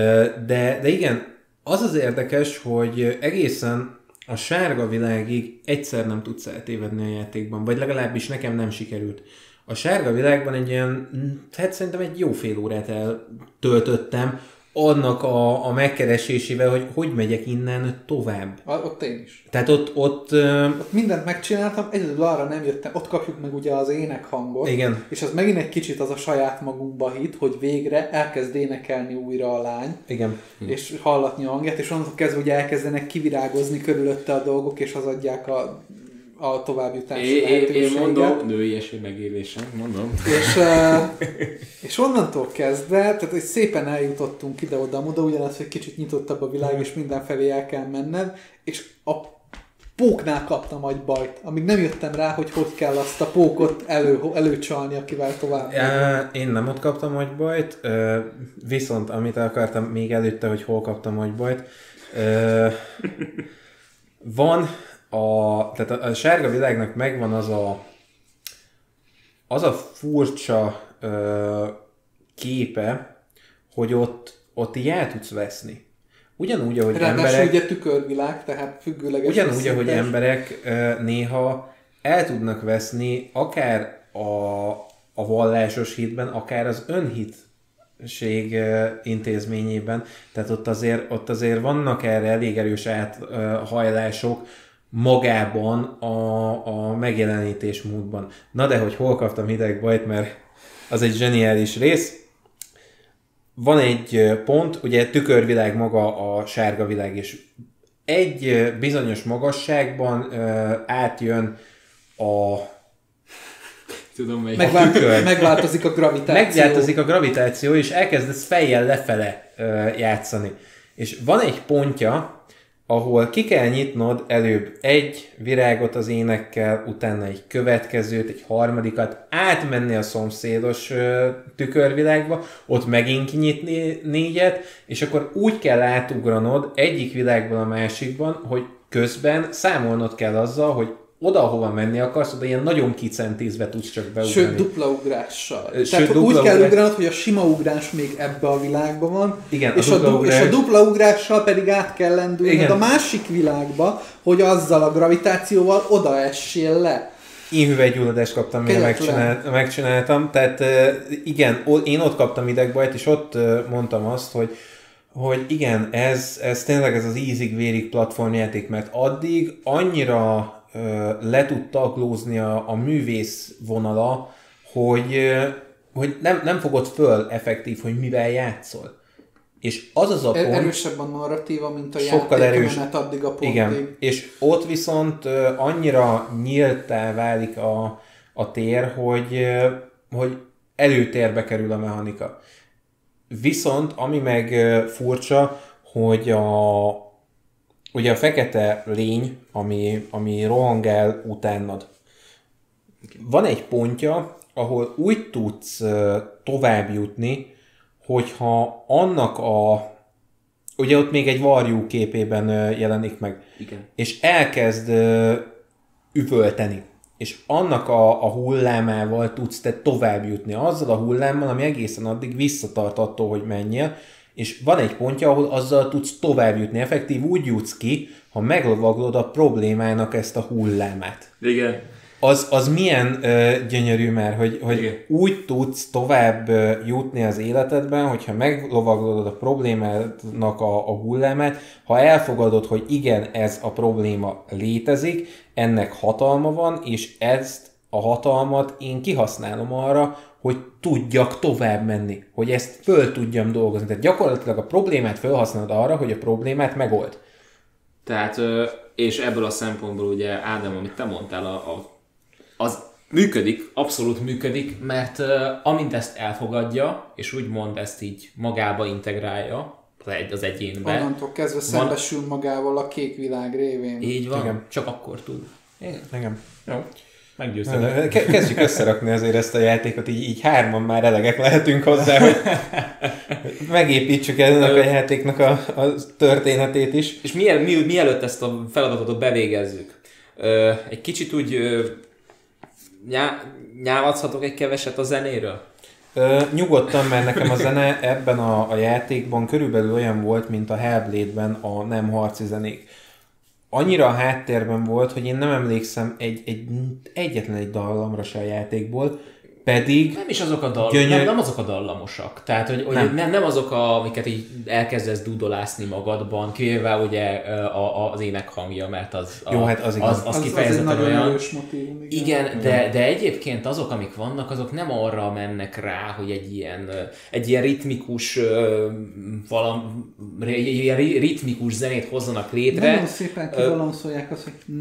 de igen, az érdekes, hogy egészen a sárga világig egyszer nem tudsz eltévedni a játékban, vagy legalábbis nekem nem sikerült. A sárga világban egy ilyen, hát szerintem egy jó fél órát eltöltöttem annak a megkeresésével, hogy megyek innen tovább. Ott én is. Tehát ott mindent megcsináltam, egyedül arra nem jöttem, ott kapjuk meg ugye az énekhangot, igen. És az megint egy kicsit az a saját magunkba hit, hogy végre elkezd énekelni újra a lány, igen. És hallatni a hangját, és onnantól kezdve ugye elkezdenek kivirágozni körülötte a dolgok, és az adják a továbbjutási lehetőséget. Én mondom, női esély megélésem, mondom. És onnantól kezdve, tehát hogy szépen eljutottunk ide-oda-oda, ugyanaz, hogy kicsit nyitottabb a világ, és mindenfelé el kell menned, és a póknál kaptam agybajt, amíg nem jöttem rá, hogy kell azt a pókot előcsalni, akivel tovább. Én nem ott kaptam agybajt, viszont amit akartam még előtte, hogy hol kaptam agybajt, van tehát a sárga világnak megvan az a furcsa képe, hogy ott így el tudsz veszni. Ugyanúgy, ahogy emberek... ugye tükörvilág, tehát függőleges... Ugyanúgy, ahogy emberek néha el tudnak veszni akár a vallásos hitben, akár az önhitség intézményében. Tehát ott azért vannak erre elég erős áthajlások magában a megjelenítés módban. Na de hogy hol kaptam hidegbajt, mert az egy zseniális rész. Van egy pont, ugye tükörvilág maga a sárga világ, és egy bizonyos magasságban átjön tudom melyik. Megváltozik a gravitáció. Megváltozik a gravitáció, és elkezdesz fejjel lefele játszani. És van egy pontja, ahol ki kell nyitnod előbb egy virágot az énekkel, utána egy következőt, egy harmadikat, átmenni a szomszédos tükörvilágba, ott megint kinyitni 4-et, és akkor úgy kell átugranod egyik világból a másikban, hogy közben számolnod kell azzal, hogy oda, ahova menni akarsz, oda ilyen nagyon kicentízve tudsz csak beugrani. Sőt, dupla ugrással. Tehát úgy kell ugranod, hogy a sima ugrás még ebbe a világban van, igen, és a dupla ugrással pedig át kell lendülnöd a másik világba, hogy azzal a gravitációval odaessél le. Én hüvelygyulladást kaptam, mire megcsináltam. Tehát igen, én ott kaptam idegbajt, és ott mondtam azt, hogy igen, ez tényleg ez az ízig-vérig platformjáték, mert addig annyira le tud taglózni a művész vonala, hogy nem fogod föl effektív, hogy mivel játszol. És az a pont... Erősebb a narratíva, mint a játékmenet addig a pontig. Igen, és ott viszont annyira nyíltá válik a tér, hogy előtérbe kerül a mechanika. Viszont, ami meg furcsa, hogy ugye a fekete lény, ami rohangál utánad. Van egy pontja, ahol úgy tudsz tovább jutni, hogyha annak ugye ott még egy varjú képében jelenik meg. Igen. És elkezd üvölteni. És annak a hullámával tudsz te tovább jutni. Azzal a hullámmal, ami egészen addig visszatart attól, hogy menjél. És van egy pontja, ahol azzal tudsz tovább jutni. Effektív úgy jutsz ki, ha meglovaglod a problémának ezt a hullámát. Igen. Az milyen gyönyörű már, hogy úgy tudsz tovább jutni az életedben, hogyha meglovaglod a problémának a hullámát, ha elfogadod, hogy igen, ez a probléma létezik, ennek hatalma van, és ezt a hatalmat én kihasználom arra, hogy tudjak tovább menni, hogy ezt föl tudjam dolgozni. Tehát gyakorlatilag a problémát felhasználod arra, hogy a problémát megold. Tehát, és ebből a szempontból ugye Ádám, amit te mondtál, az működik, abszolút működik, mert amint ezt elfogadja, és úgymond ezt így magába integrálja, az egyénbe. Onnantól kezdve szembesül magával a kék világ révén. Így van, igen. Csak akkor tud. Igen. Jó. Meggyőztem. Kezdjük összerakni azért ezt a játékot, így hárman már elegek lehetünk hozzá, hogy megépítsük ennek a játéknak a történetét is. És mielőtt ezt a feladatot bevégezzük, egy kicsit úgy nyávadhatok egy keveset a zenéről? Nyugodtan, mert nekem a zene ebben a játékban körülbelül olyan volt, mint a Hellblade-ben a nem harci zenék. Annyira a háttérben volt, hogy én nem emlékszem egyetlen egy dallamra se a játékból, pedig... Nem is azok a nem azok a dallamosak. Tehát, hogy nem azok, amiket így elkezdesz dudolászni magadban, kivéve ugye az ének hangja, mert az kifejezetten olyan... Motívum, igen, de egyébként azok, amik vannak, azok nem arra mennek rá, hogy egy ilyen ritmikus ritmikus zenét hozzanak létre. Nagyon szépen kibalanszolják azt, hogy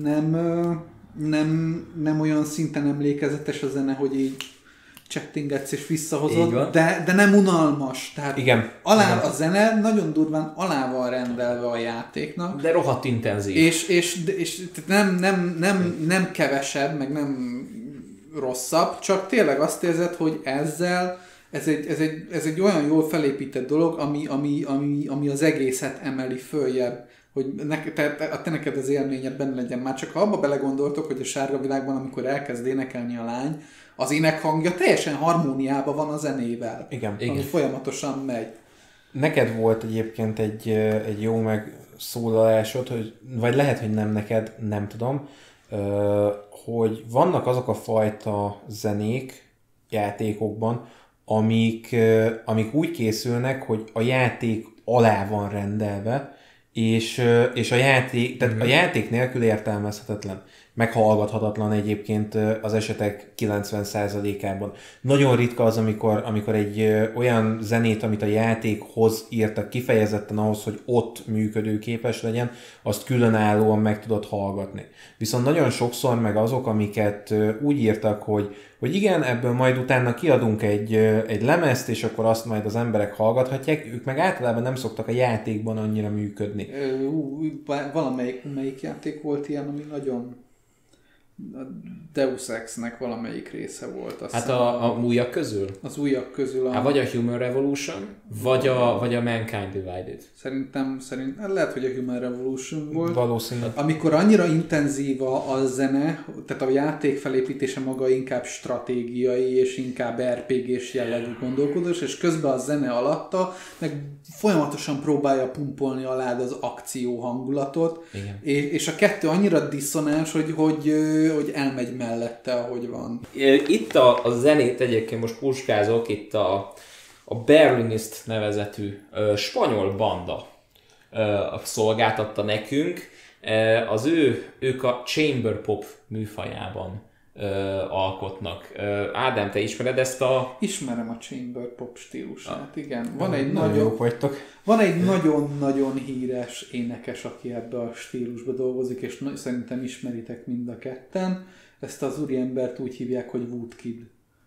nem olyan szinten emlékezetes a zene, hogy így csettingetsz és visszahozod, de nem unalmas. Tehát igen. A zene nagyon durván alá van rendelve a játéknak. De rohadt intenzív. És nem kevesebb, meg nem rosszabb, csak tényleg azt érzed, hogy ezzel ez egy olyan jól felépített dolog, ami az egészet emeli följebb, hogy te neked az élményed benne legyen. Már csak ha abba belegondoltok, hogy a sárga világban, amikor elkezd énekelni a lány, az énekhangja teljesen harmóniában van a zenével. Igen. Ami folyamatosan megy. Neked volt egyébként egy jó megszólalásod, vagy lehet, hogy nem neked, nem tudom, hogy vannak azok a fajta zenék játékokban, amik úgy készülnek, hogy a játék alá van rendelve, és a játék, tehát a játék nélkül értelmezhetetlen. meghallgathatatlan egyébként az esetek 90%-ában. Nagyon ritka az, amikor egy olyan zenét, amit a játékhoz írtak kifejezetten ahhoz, hogy ott működőképes legyen, azt különállóan meg tudod hallgatni. Viszont nagyon sokszor meg azok, amiket úgy írtak, hogy igen, ebből majd utána kiadunk egy lemezt, és akkor azt majd az emberek hallgathatják, ők meg általában nem szoktak a játékban annyira működni. Valamelyik játék volt ilyen, ami nagyon... A Deus Ex-nek valamelyik része volt. Hát a újak közül? Az újak közül. Hát vagy a Human Revolution, vagy a Mankind Divided. Szerintem lehet, hogy a Human Revolution volt. Valószínűleg. Amikor annyira intenzív a zene, tehát a játék felépítése maga inkább stratégiai, és inkább RPG-s jellegű gondolkodás, és közben a zene alatta meg folyamatosan próbálja pumpolni alád az akció hangulatot. Igen. És a kettő annyira diszonáns, hogy elmegy mellette, ahogy van. Itt a zenét egyébként most puskázok, itt a Berlinist nevezetű spanyol banda szolgáltatta nekünk. Ők a chamber pop műfajában alkotnak. Ádám, te ismered ezt a... Ismerem a chamber pop stílusát, igen. Van egy nagyon-nagyon híres énekes, aki ebbe a stílusba dolgozik, és szerintem ismeritek mind a ketten. Ezt az úriembert úgy hívják, hogy Woodkid.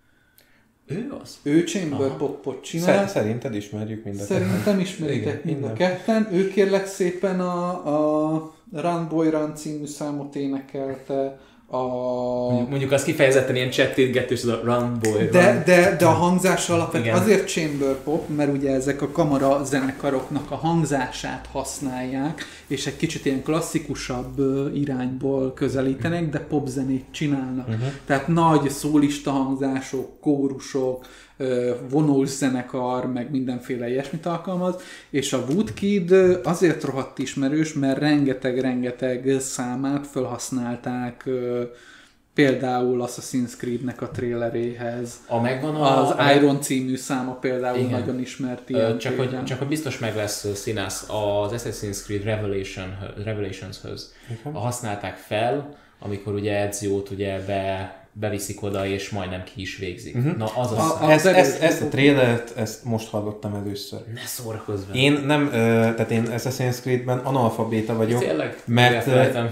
Ő az? Ő chamber popot csinál. Szerinted ismerjük mind a ketten. Szerintem ismeritek mind a ketten. Ő kérlek szépen a Run Boy Run című számot énekelte. Mondjuk az kifejezetten ilyen csettintgetős, az a Run Boy Run. De a hangzás alapvetően azért chamber pop, mert ugye ezek a kamara zenekaroknak a hangzását használják, és egy kicsit ilyen klasszikusabb irányból közelítenek, de popzenét csinálnak. Tehát nagy szólista hangzások, kórusok, vonós zenekar, meg mindenféle ilyesmit alkalmaz, és a Woodkid azért rohadt ismerős, mert rengeteg számát felhasználták például Assassin's Creed-nek a traileréhez. Az Iron című száma például igen. Nagyon ismert ilyen. Csak biztos meg lesz színász az Assassin's Creed Revelations-höz. Használták fel, amikor ugye Ezio-t ugye beviszik oda, és majdnem ki is végzik. Na, ezt a trailert, ezt most hallottam először. Ne szórakozz vele. Én nem, tehát én Assassin's Creed-ben analfabéta vagyok, tényleg? mert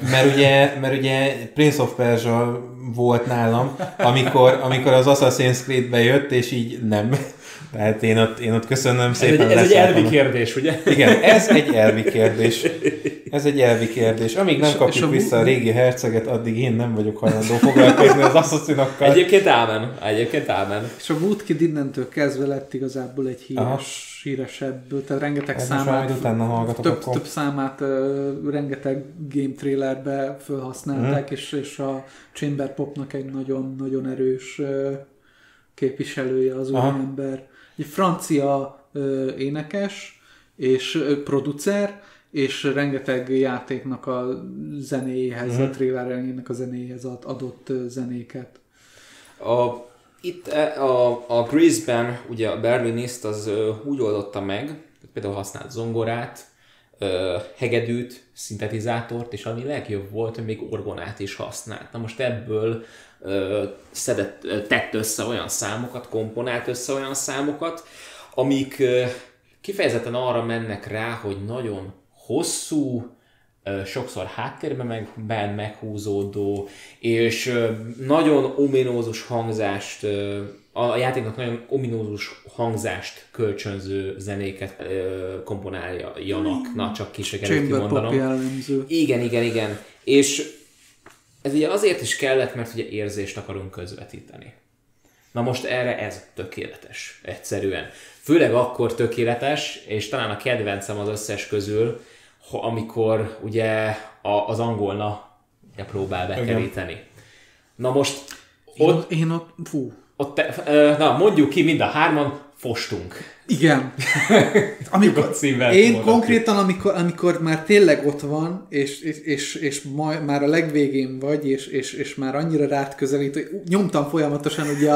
ugye Prince of Persia volt nálam, amikor az Assassin's Creed-be jött, és így nem. Tehát én ott köszönöm szépen. Ez egy elvi kérdés, ugye? Igen, ez egy elvi kérdés. Amíg nem kapjuk vissza a régi herceget, addig én nem vagyok hajlandó foglalkozni az asszaszinokkal. Egyébként ámen. És a Woodkid innentől kezdve lett igazából egy híresebb, tehát rengeteg számát, több számát rengeteg game trailerbe felhasználták, és a chamber popnak egy nagyon-nagyon erős képviselője az úriember. Egy francia énekes és producer, és rengeteg játéknak a zenéhez, a trailerének a zenéhez adott zenéket. A Grease-ben ugye a Berlinist az úgy oldotta meg, például használt zongorát, hegedűt, szintetizátort, és ami legjobb volt, hogy még orgonát is használt. Na most ebből tett össze olyan számokat, komponált össze olyan számokat, amik kifejezetten arra mennek rá, hogy nagyon hosszú, sokszor háttérben meghúzódó, és nagyon ominózus hangzást, a játéknak nagyon ominózus hangzást kölcsönző zenéket komponáljanak. Na, csak kicsit kimondanom. Igen. És ez ugye azért is kellett, mert ugye érzést akarunk közvetíteni. Na most erre ez tökéletes, egyszerűen. Főleg akkor tökéletes, és talán a kedvencem az összes közül, amikor ugye az angolna próbál bekeríteni. Na most én ott mondjuk ki, mind a hárman fostunk. Igen. Én konkrétan, amikor már tényleg ott van, és már a legvégén vagy, és már annyira rád közelít, hogy nyomtam folyamatosan ugye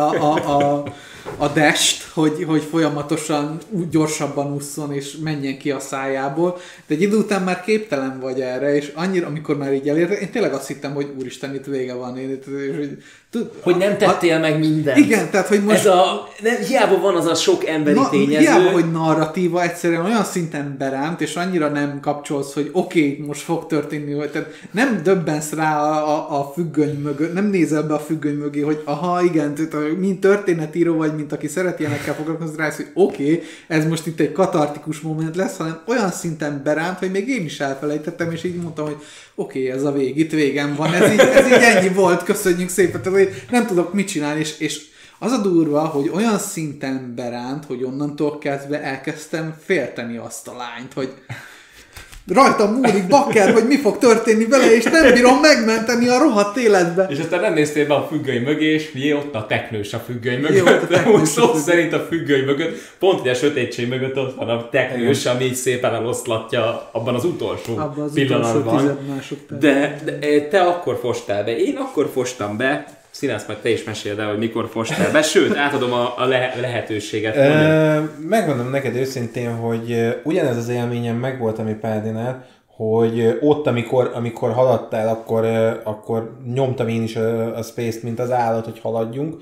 a dash-t, hogy folyamatosan gyorsabban ússzon, és menjen ki a szájából, de egy idő után már képtelen vagy erre, és annyira, amikor már így elérte, én tényleg azt hittem, hogy úristen, itt vége van. Hogy nem tettél meg mindent. Igen, tehát, hogy most... hiába van az a sok emberi tényező. Hiába, hogy narratíva egyszerűen olyan szinten beránt, és annyira nem kapcsolsz, hogy oké, most fog történni, tehát nem döbbensz rá a függöny mögött, nem nézel be a függöny mögé, hogy aha, igen, tehát, mint történetíró vagy, mint aki szereti ilyenekkel foglalkozni rá, hogy oké, ez most itt egy katartikus moment lesz, hanem olyan szinten beránt, hogy még én is elfelejtettem, és így mondtam, hogy oké, ez a vég, itt végem van, ez így ennyi volt, köszönjük szépen, tehát nem tudok mit csinálni, és az a durva, hogy olyan szinten beránt, hogy onnantól kezdve elkezdtem félteni azt a lányt, hogy rajtam múlik bakker, hogy mi fog történni vele, és nem bírom megmenteni a rohadt életbe. És aztán nem néztél be a függöny mögé, és ott a teknős a függöny mögött. De úgy szó szerint a függöny mögött, pont ugye a sötétség mögött ott van a teknős, ami így szépen eloszlatja abban az utolsó pillanatban. De te akkor fostál be, én akkor fostam be, Színász, majd te is meséld el, hogy mikor fostál be, sőt, átadom a lehetőséget. Megmondom neked őszintén, hogy ugyanez az élményem megvolt, ami Pádinál, hogy ott, amikor haladtál, akkor nyomtam én is a space-t, mint az állat, hogy haladjunk,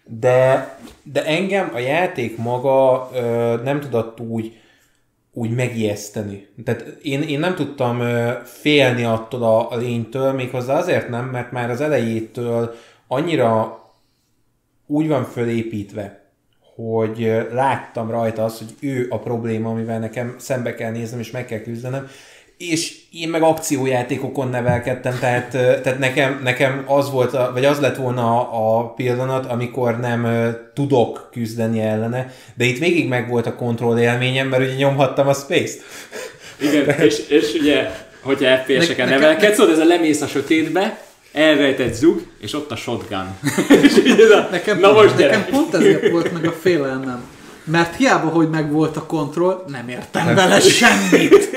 de engem a játék maga nem tudott úgy megijeszteni. Tehát én nem tudtam félni attól a lénytől, méghozzá azért nem, mert már az elejétől annyira úgy van fölépítve, hogy láttam rajta azt, hogy ő a probléma, amivel nekem szembe kell néznem, és meg kell küzdenem, és én meg akciójátékokon nevelkedtem, tehát nekem az volt, vagy az lett volna a pillanat, amikor nem tudok küzdeni ellene, de itt végig meg volt a kontroll élményem, mert ugye nyomhattam a space-t. Igen, és ugye, hogyha FPS-eken nevelkedsz, szóval ez a lemész a sötétbe, elrejtett zug, és ott a shotgun. Nekem pont ezért volt meg a félelmem. Mert hiába, hogy meg volt a kontroll, nem értem vele semmit.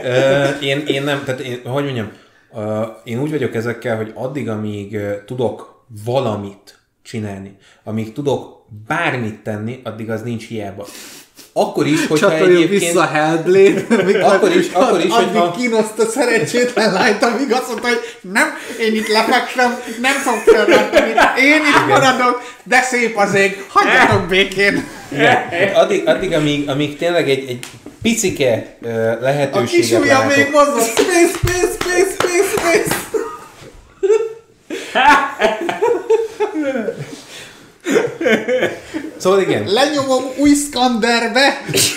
Én nem, tehát hogy mondjam, én úgy vagyok ezekkel, hogy addig, amíg tudok valamit csinálni, amíg tudok bármit tenni, addig az nincs hiába. Akkor is, hogyha egyébként... vissza Hellblade, akkor is, hogyha... kínoszt a szerencsétlen lányt, amíg azt mondta, hogy nem, én itt lefekszem, nem fog felvenni, én itt maradok, de szép az ég, hagyjatok békén. Addig amíg tényleg egy picike lehetőséget látok. A kis ujjam még mozog, space. Szóval igen. Lenyomom új Skanderbe!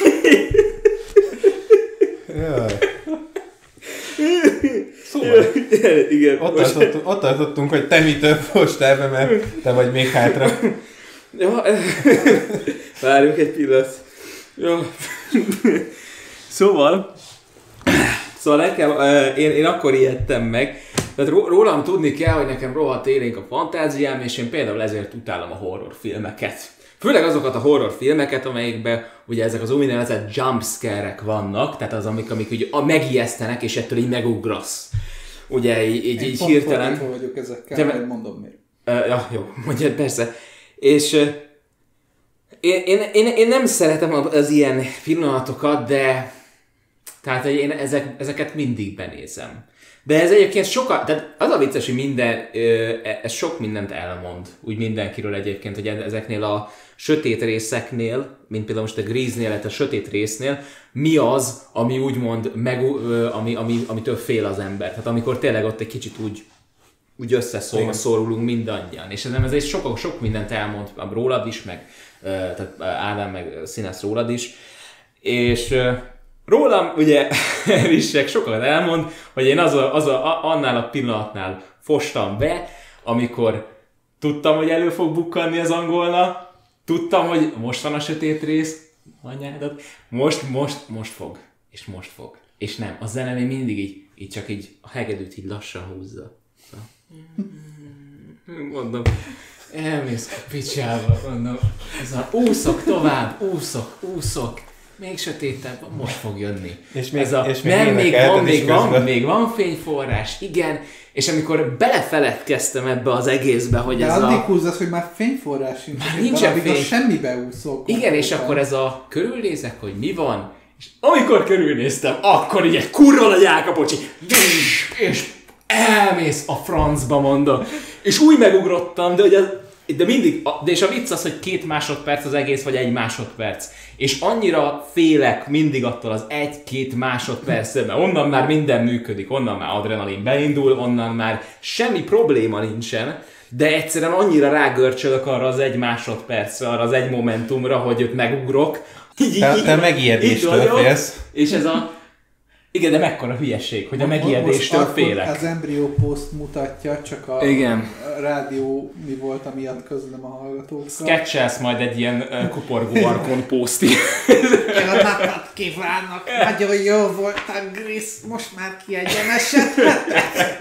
Szóval, igen, ott tartottunk, hogy te mitől fostál be, mert te vagy még hátra. Ja, várjunk egy pillanat. Ja. Szóval nekem, én akkor ijedtem meg. Tehát rólam tudni kell, hogy nekem rohadt élénk a fantáziám, és én például ezért utálom a horrorfilmeket. Főleg azokat a horrorfilmeket, amelyekben ugye ezek az úgynevezett jumpscare-ek vannak, tehát az, amik ugye megijesztenek, és ettől így megugrasz. Ugye így hirtelen... Én pont vagyok ezekkel, majd mondom még. Ja, jó, mondjad, persze. És én nem szeretem az ilyen pillanatokat, de tehát én ezeket mindig benézem. De ez egyébként tehát az a vicces, hogy ez sok mindent elmond, úgy mindenkiről egyébként, hogy ezeknél a sötét részeknél, mint például most a Grease-nél, a sötét résznél, mi az, ami úgymond, amitől fél az ember. Tehát amikor tényleg ott egy kicsit úgy összeszorulunk mindannyian. És ez sok mindent elmond rólad is, meg tehát Ádám, meg Színász rólad is. És rólam ugye Rissek sokat elmond, hogy én annál a pillanatnál fostam be, amikor tudtam, hogy elő fog bukkanni az angolna, tudtam, hogy most van a sötét rész, anyádat, most fog, és most fog. És nem, a zene még mindig így csak így a hegedűt így lassan húzza. Mondom. elmész a picsába, mondom, ez a úszok tovább, úszok, még sötétebb, most fog jönni. És még, ez a, és nem, még van fényforrás, igen, és amikor belefeledkeztem ebbe az egészbe, hogy de ez addig húzzasz, hogy már fényforrás sincs. Már nincsen fény. Semmibe úszok. Igen, és akkor ez a körülnézek, hogy mi van, és amikor körülnéztem, akkor így egy kurva nagy Ákapocsi, és elmész a francba, mondom. És úgy megugrottam, de mindig, és a vicc az, hogy 2 másodperc az egész, vagy 1 másodperc. És annyira félek mindig attól az 1-2 másodperctől, mert onnan már minden működik, onnan már adrenalin beindul, onnan már semmi probléma nincsen, de egyszerűen annyira rágörcsölök arra az 1 másodpercre, arra az 1 momentumra, hogy ott megugrok. Te megijedéstől félsz. És ez a... Igen, de mekkora hülyeség, hogy a megijedéstől félek. Az Embryo Post mutatja, csak a rádió mi volt, amiatt közlöm a hallgatókkal. Sketchelsz majd egy ilyen kuporgó arkon poszti. Jó napot kívánok! Nagyon jó volt a Grisz, most már kiegyenesedhetett.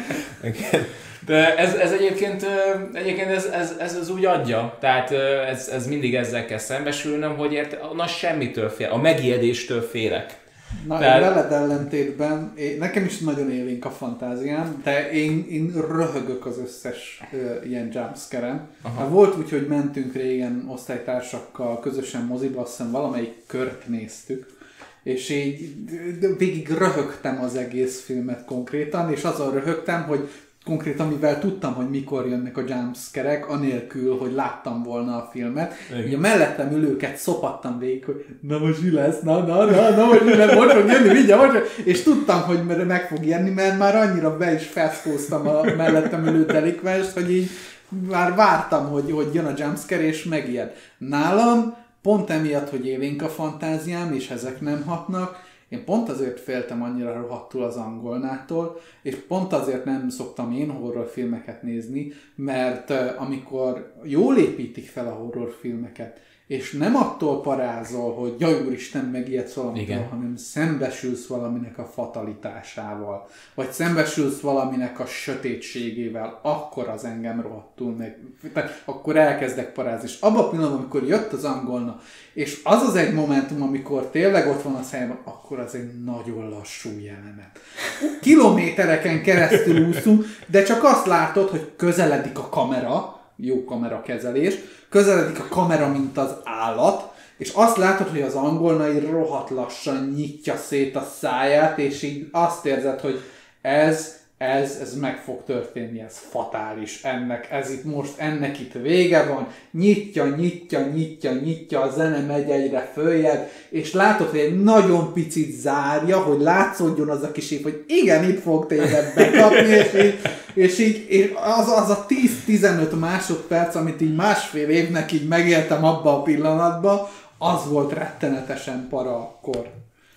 De ez egyébként ez úgy adja, tehát ez mindig ezzel kell szembesülnöm, hogy semmitől fél, a megijedéstől félek. Na, veled ellentétben, nekem is nagyon élénk a fantáziám, de én röhögök az összes ilyen jumpscare-en. Volt úgy, hogy mentünk régen osztálytársakkal közösen moziba, azt hiszem valamelyik kört néztük, és így végig röhögtem az egész filmet konkrétan, és azon röhögtem, hogy konkrétan, mivel tudtam, hogy mikor jönnek a jumpscare-ek, anélkül, hogy láttam volna a filmet. Ugye mellettem ülőket szopattam végig, hogy na most mi lesz, na most mi lesz, most fog jönni, mindjárt, és tudtam, hogy meg fog jönni, mert már annyira be is feszkóztam a mellettem ülő delikvenst, hogy így már vártam, hogy jön a jumpscare, és megijed. Nálam pont emiatt, hogy élénk a fantáziám, és ezek nem hatnak, én pont azért féltem annyira rohadtul az angolnától, és pont azért nem szoktam én horrorfilmeket nézni, mert amikor jól építik fel a horrorfilmeket, és nem attól parázol, hogy jaj úristen, megijedsz valamitől, hanem szembesülsz valaminek a fatalitásával, vagy szembesülsz valaminek a sötétségével, akkor az engem rohadtul meg. Tehát akkor elkezdek parázni. És abban a pillanatban, amikor jött az angolna, és az az egy momentum, amikor tényleg ott van a szájban, akkor az egy nagyon lassú jelenet. Kilométereken keresztül úszunk, de csak azt látod, hogy közeledik a kamera, jó kamerakezelés, közeledik a kamera, mint az állat, és azt látod, hogy az angolnai rohadt lassan nyitja szét a száját, és így azt érzed, hogy ez meg fog történni, ez fatális, ennek itt vége van, nyitja, a zene megy egyre följebb, és látod, hogy egy nagyon picit zárja, hogy látszódjon az a kis év, hogy igen, itt fog téged bekapni, és így az a 10-15 másodperc, amit így másfél évnek így megéltem abba a pillanatban, az volt rettenetesen para akkor.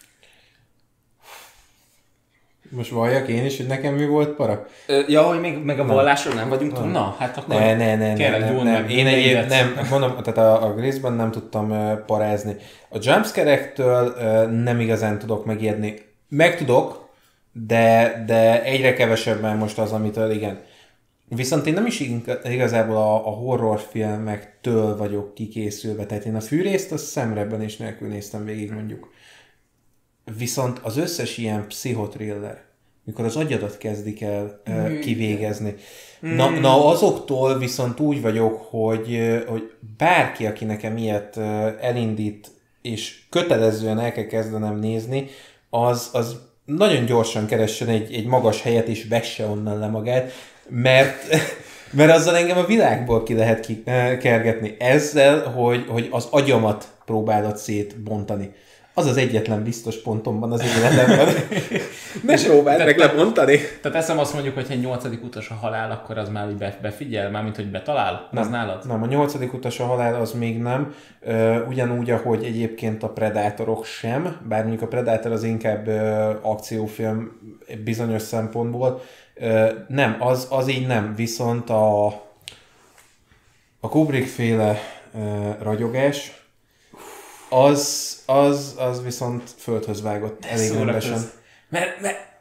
Most valljak én is, hogy nekem mi volt para? Ja, hogy még meg a vallásról nem vagyunk túl? Na, hát akkor nem. Én mondom, tehát a Grace-ben nem tudtam parázni. A jumpscare-ektől nem igazán tudok megijedni. Meg tudok, de egyre kevesebben most az, amitől igen. Viszont én nem is igazából a horrorfilmektől vagyok kikészülve. Tehát én a fűrészt a szemrebben is nélkül néztem végig mondjuk. Viszont az összes ilyen pszichotriller, mikor az agyadat kezdik el kivégezni. Na azoktól viszont úgy vagyok, hogy bárki, aki nekem ilyet elindít, és kötelezően el kell kezdenem nézni, az nagyon gyorsan keressen egy magas helyet, és vesse onnan le magát, mert azzal engem a világból ki lehet kergetni. Ezzel, hogy az agyamat próbálod szétbontani. Az az egyetlen biztos pontom van az életemben. Ne próbáld meg lebontani. Tehát eszem azt mondjuk, hogy ha egy 8. utas a halál, akkor az már úgy befigyel, mármint hogy betalál? Nem, az nálad? Nem, a 8. utas a halál az még nem. Ugyanúgy, ahogy egyébként a Predátorok sem, bár mondjuk a Predátor az inkább akciófilm bizonyos szempontból. Nem, az így nem. Viszont a Kubrick-féle ragyogás, az viszont földhöz vágott elég rendesen. Mert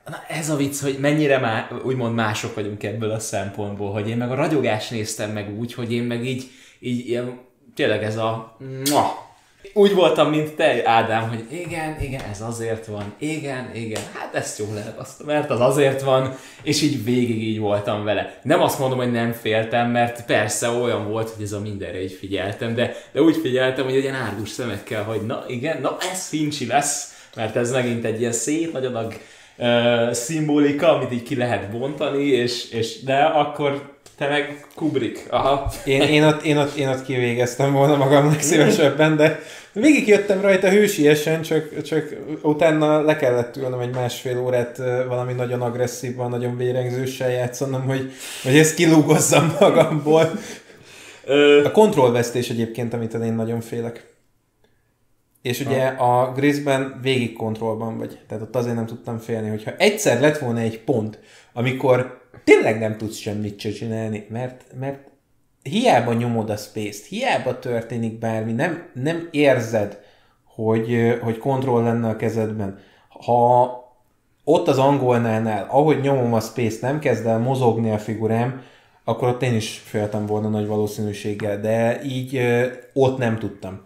Na ez a vicc, hogy mennyire úgymond mások vagyunk ebből a szempontból, hogy én meg a ragyogást néztem meg úgy, hogy én meg így ilyen, tényleg ez a... Úgy voltam, mint te, Ádám, hogy igen, ez azért van, igen, hát ezt jól lehet azt, mert az azért van, és így végig így voltam vele. Nem azt mondom, hogy nem féltem, mert persze olyan volt, hogy ez a mindenre így figyeltem, de úgy figyeltem, hogy ilyen árgus szemekkel, hogy ez Finchy lesz, mert ez megint egy ilyen szép nagy adag szimbolika, amit így ki lehet bontani, de akkor te meg Kubrick. Aha. Én ott kivégeztem volna magam legszívesebben, de végigjöttem rajta hősiesen, csak utána le kellett ülnöm egy 1,5 órát valami nagyon agresszívban, nagyon vérengzőssel játszanom, hogy ezt kilúgozzam magamból. A kontrollvesztés egyébként, amit én nagyon félek. És ugye a Grisben végig kontrollban vagy. Tehát ott azért nem tudtam félni, hogyha egyszer lett volna egy pont, amikor tényleg nem tudsz semmit se csinálni, mert hiába nyomod a space-t, hiába történik bármi, nem érzed, hogy kontroll lenne a kezedben. Ha ott az angolnál, ahogy nyomom a space-t, nem kezd el mozogni a figurám, akkor ott én is féltem volna nagy valószínűséggel, de így ott nem tudtam.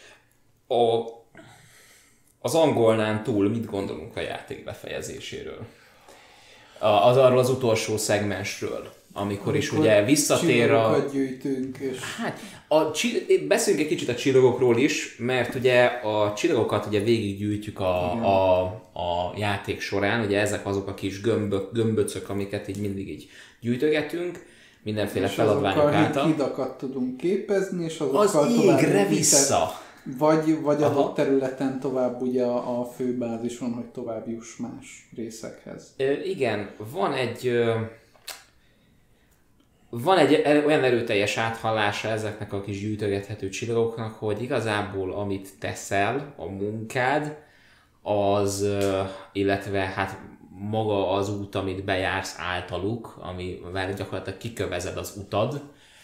Az angolnán túl mit gondolunk a játék befejezéséről? Az arról az utolsó szegmensről, amikor is ugye visszatér a... gyűjtünk, és... Hát, beszéljünk egy kicsit a csillagokról is, mert ugye a csillagokat ugye végiggyűjtjük a játék során, ugye ezek azok a kis gömböcök, amiket így mindig így gyűjtögetünk, mindenféle feladványok által. Hidakat tudunk képezni, és azokkal az égre vissza! Vagy adott területen tovább ugye a főbázison, hogy tovább juss más részekhez. Igen, van egy olyan erőteljes áthallása ezeknek a kis gyűjtögethető csillagoknak, hogy igazából amit teszel, a munkád, az, illetve hát maga az út, amit bejársz általuk, amivel gyakorlatilag kikövezed az utad,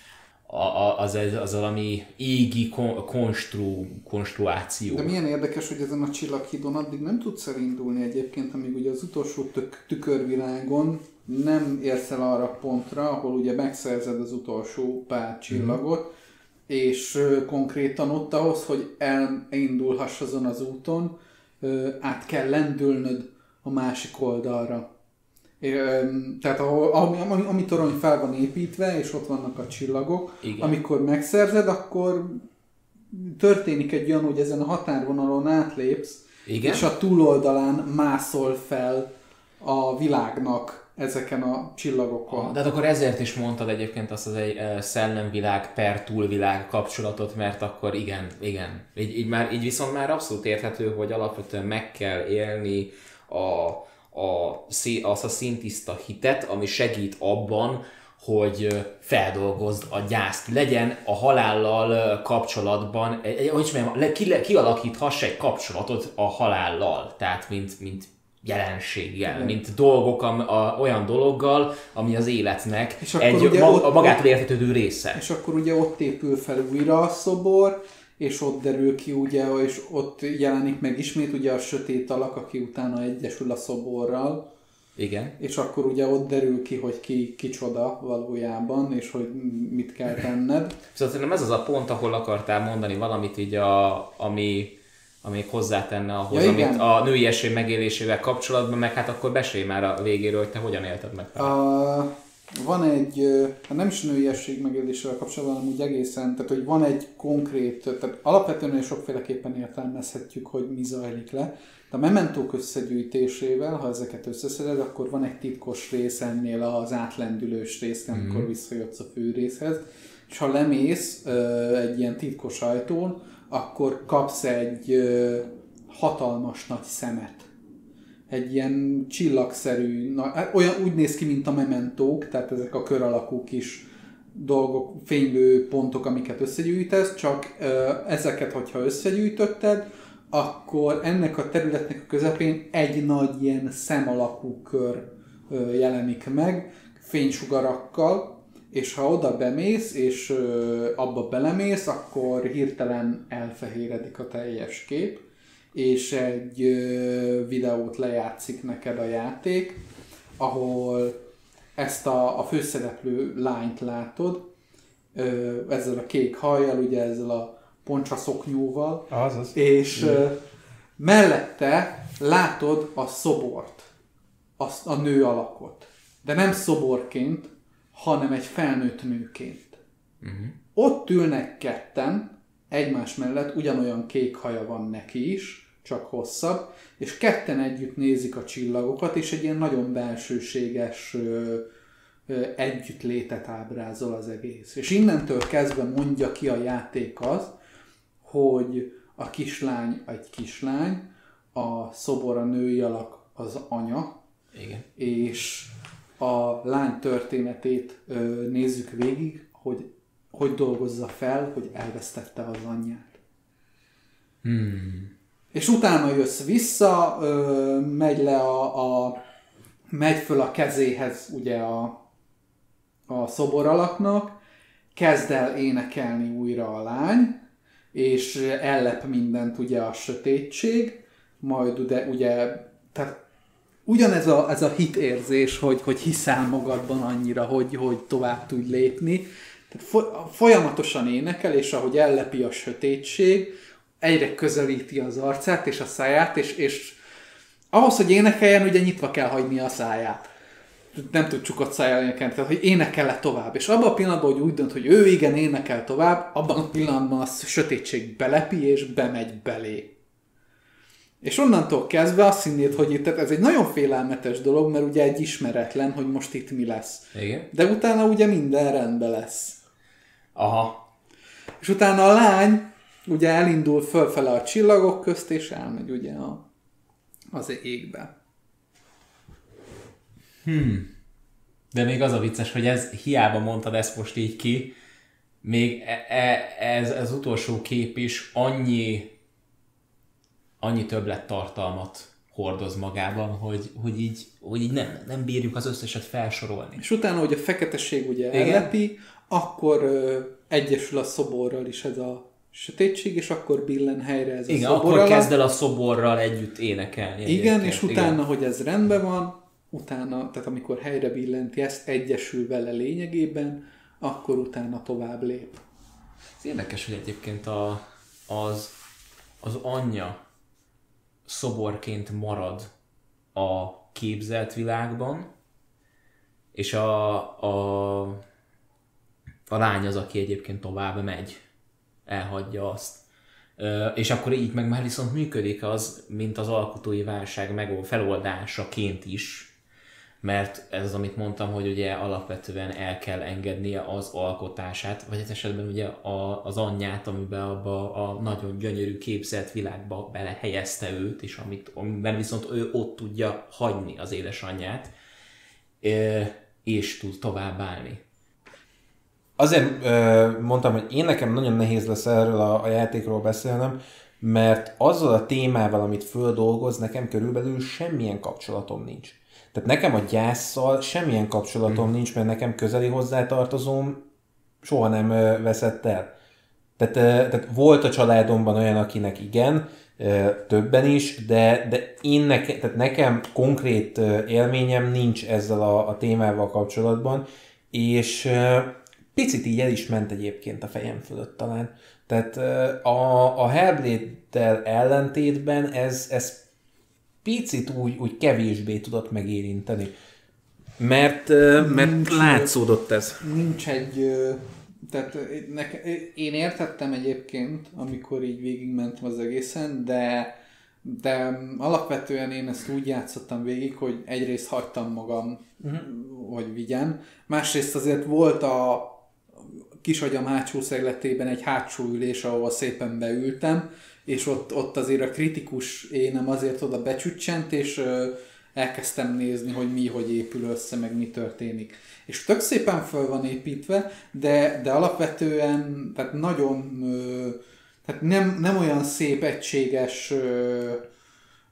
az valami égi konstruáció. De milyen érdekes, hogy ezen a csillaghídon addig nem tudsz elindulni egyébként, amíg ugye az utolsó tükörvilágon nem érsz el arra pontra, ahol ugye megszerzed az utolsó pár csillagot, és konkrétan ott ahhoz, hogy elindulhass azon az úton, át kell lendülnöd a másik oldalra. Tehát ami torony fel van építve, és ott vannak a csillagok, igen. Amikor megszerzed, akkor történik egy olyan, hogy ezen a határvonalon átlépsz, igen? És a túloldalán mászol fel a világnak ezeken a csillagokon. De akkor ezért is mondtad egyébként azt az egy szellemvilág per túlvilág kapcsolatot, mert akkor igen. Így viszont már abszolút érthető, hogy alapvetően meg kell élni azt a szintiszta hitet, ami segít abban, hogy feldolgozd a gyászt. Legyen a halállal kapcsolatban, kialakíthass egy kapcsolatot a halállal, tehát mint jelenséggel, mint dolgok, olyan dologgal, ami az életnek a magától értetődő része. És akkor ugye ott épül fel újra a szobor, és ott derül ki ugye, és ott jelenik meg ismét ugye a sötét alak, aki utána egyesül a szoborral. Igen. És akkor ugye ott derül ki, hogy kicsoda valójában, és hogy mit kell tenned. Szóval szerintem ez az a pont, ahol akartál mondani valamit így, ami hozzátenne ahhoz, ja, amit a nőiesség megélésével kapcsolatban, meg hát akkor besélj már a végéről, hogy te hogyan élted meg. Van egy, nem is nőiesség megélésével kapcsolatban, hanem úgy egészen, tehát hogy van egy konkrét, tehát alapvetően sokféleképpen értelmezhetjük, hogy mi zajlik le. De a mementók összegyűjtésével, ha ezeket összeszeded, akkor van egy titkos rész ennél az átlendülős részt, amikor visszajössz a fő részhez, és ha lemész egy ilyen titkos ajtón, akkor kapsz egy hatalmas nagy szemet. Egy ilyen csillagszerű, olyan úgy néz ki, mint a mementók, tehát ezek a kör alakú kis dolgok, fénylő pontok, amiket összegyűjtesz, csak ezeket, hogyha összegyűjtötted, akkor ennek a területnek a közepén egy nagy ilyen szem alakú kör jelenik meg, fénysugarakkal, és ha oda bemész, és abba belemész, akkor hirtelen elfehéredik a teljes kép, és egy videót lejátszik neked a játék, ahol ezt a főszereplő lányt látod, ezzel a kék hajjal, ugye ezzel a poncsaszoknyúval, és mellette látod a szobort, a nő alakot. De nem szoborként, hanem egy felnőtt nőként. Ott ülnek ketten, egymás mellett, ugyanolyan kék haja van neki is, csak hosszabb, és ketten együtt nézik a csillagokat, és egy ilyen nagyon belsőséges együttlétet ábrázol az egész. És innentől kezdve mondja ki a játék az, hogy a kislány egy kislány, a szobor, a női alak az anya, igen. És a lány történetét nézzük végig, hogy dolgozza fel, hogy elvesztette az anyját. És utána jössz vissza, megy föl a kezéhez ugye a szobor alaknak, kezd el énekelni újra a lány, és ellep mindent ugye a sötétség, majd ugye tehát ugyanez ez a hitérzés, hogy hiszel magadban annyira, hogy tovább tudj lépni. Tehát folyamatosan énekel, és ahogy ellepi a sötétség, egyre közelíti az arcát és a száját, és ahhoz, hogy énekeljen, ugye nyitva kell hagyni a száját. Nem tud csukott szájjal énekelni, tehát hogy énekel-e tovább. És abban a pillanatban, hogy úgy dönt, hogy ő igen énekel tovább, abban a pillanatban a sötétség belepi és bemegy belé. És onnantól kezdve azt hinnéd, hogy tehát ez egy nagyon félelmetes dolog, mert ugye egy ismeretlen, hogy most itt mi lesz. Igen. De utána ugye minden rendben lesz. Aha. És utána a lány ugye elindul fölfele a csillagok közt, és elmegy ugye az égbe. De még az a vicces, hogy ez hiába mondtad ezt most így ki, még ez utolsó kép is annyi többlettartalmat hordoz magában, hogy így nem bírjuk az összeset felsorolni. És utána, hogy a feketeség ugye ellepi, akkor egyesül a szoborral is ez a sötétség, és akkor billen helyre ez igen, a szobor akkor alatt. kezd el a szoborral együtt énekelni. Igen, és utána, hogy ez rendben van, utána, tehát amikor helyre billenti ezt, egyesül vele lényegében, akkor utána tovább lép. Ez érdekes, hogy egyébként az anyja szoborként marad a képzelt világban, és a lány az, aki egyébként tovább megy, elhagyja azt. És akkor így meg már viszont működik az, mint az alkotói válság feloldásaként is, mert ez az, amit mondtam, hogy ugye alapvetően el kell engednie az alkotását, vagy ez esetben ugye az anyját, amiben abba a nagyon gyönyörű képzelt világba belehelyezte őt, és amiben viszont ő ott tudja hagyni az édesanyját, és tud tovább állni. Azért mondtam, hogy nekem nagyon nehéz lesz erről a játékról beszélnem, mert azzal a témával, amit földolgoz, nekem körülbelül semmilyen kapcsolatom nincs. Tehát nekem a gyásszal semmilyen kapcsolatom nincs, mert nekem közeli hozzátartozóm soha nem veszett el. Tehát volt a családomban olyan, akinek igen, többen is, de tehát nekem konkrét élményem nincs ezzel a témával kapcsolatban, és picit így el is ment egyébként a fejem fölött talán. Tehát a Hellblade-tel ellentétben ez picit úgy kevésbé tudott megérinteni. Mert látszódott ez. Nincs egy... Tehát én értettem egyébként, amikor így végigmentem az egészen, de alapvetően én ezt úgy játszottam végig, hogy egyrészt hagytam magam, hogy vigyen. Másrészt azért volt a kisagyam hátsó szegletében egy hátsó ülés, ahol szépen beültem, és ott azért a kritikus énem azért oda becsüccsent, és elkezdtem nézni, hogy mi, hogy épül össze, meg mi történik. És tök szépen föl van építve, de alapvetően tehát nagyon, tehát nem olyan szép, egységes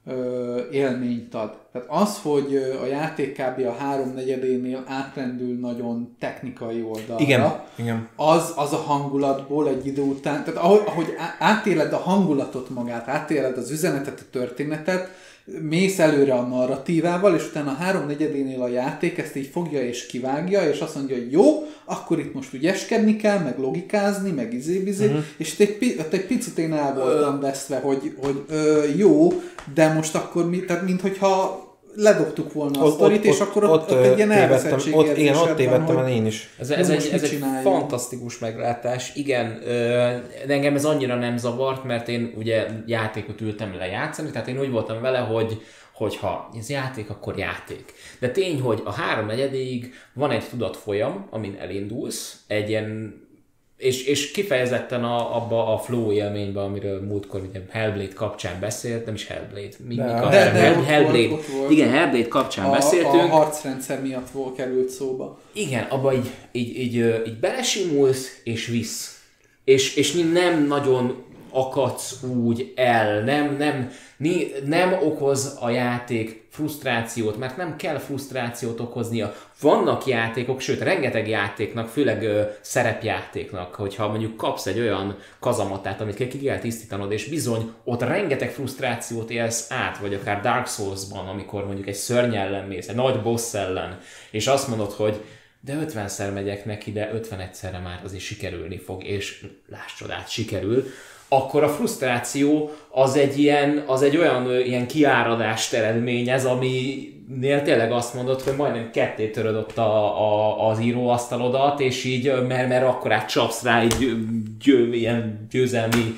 élményt ad. Tehát az, hogy a játék kb. A 3/4-énél átrendül nagyon technikai oldalra, igen. Az a hangulatból egy idő után, tehát ahogy átéled a hangulatot magát, átéled az üzenetet, a történetet, mész előre a narratívával, és utána a 3/4-énél a játék ezt így fogja és kivágja, és azt mondja, hogy jó, akkor itt most ügyeskedni kell, meg logikázni, meg és itt egy picit én el voltam veszve, hogy jó, de most akkor tehát minthogyha ledobtuk volna a sztorit, és akkor ott egy ilyen elveszettség igen, ott tévedtem el én is. Ez egy fantasztikus meglátás. Igen, de engem ez annyira nem zavart, mert én ugye játékot ültem lejátszani, tehát én úgy voltam vele, hogy ha ez játék, akkor játék. De tény, hogy a 3/4-ig van egy tudatfolyam, amin elindulsz, egy ilyen és kifejezetten abba a flow élményben, amiről múltkor ugye Hellblade kapcsán beszélt, nem is Hellblade. Hellblade. Igen, Hellblade kapcsán beszéltünk. A harcrendszer miatt került szóba. Igen, abba így belesimulsz és visz. És nem nagyon akadsz úgy el, nem okoz a játék frusztrációt, mert nem kell frusztrációt okoznia. Vannak játékok, sőt rengeteg játéknak, főleg szerepjátéknak, hogyha mondjuk kapsz egy olyan kazamatát, amit ki kell tisztítanod, és bizony ott rengeteg frusztrációt élsz át, vagy akár Dark Souls-ban, amikor mondjuk egy szörny ellen mész, egy nagy boss ellen, és azt mondod, hogy de 50-szer megyek neki, de 51-szerre már azért sikerülni fog, és láss csodát, sikerül, akkor a frusztráció az egy olyan ilyen kiáradást eredményez, aminél tényleg azt mondod, hogy majdnem ketté töröd ott az íróasztalodat, és így, mert akkor átcsapsz rá ilyen győzelmi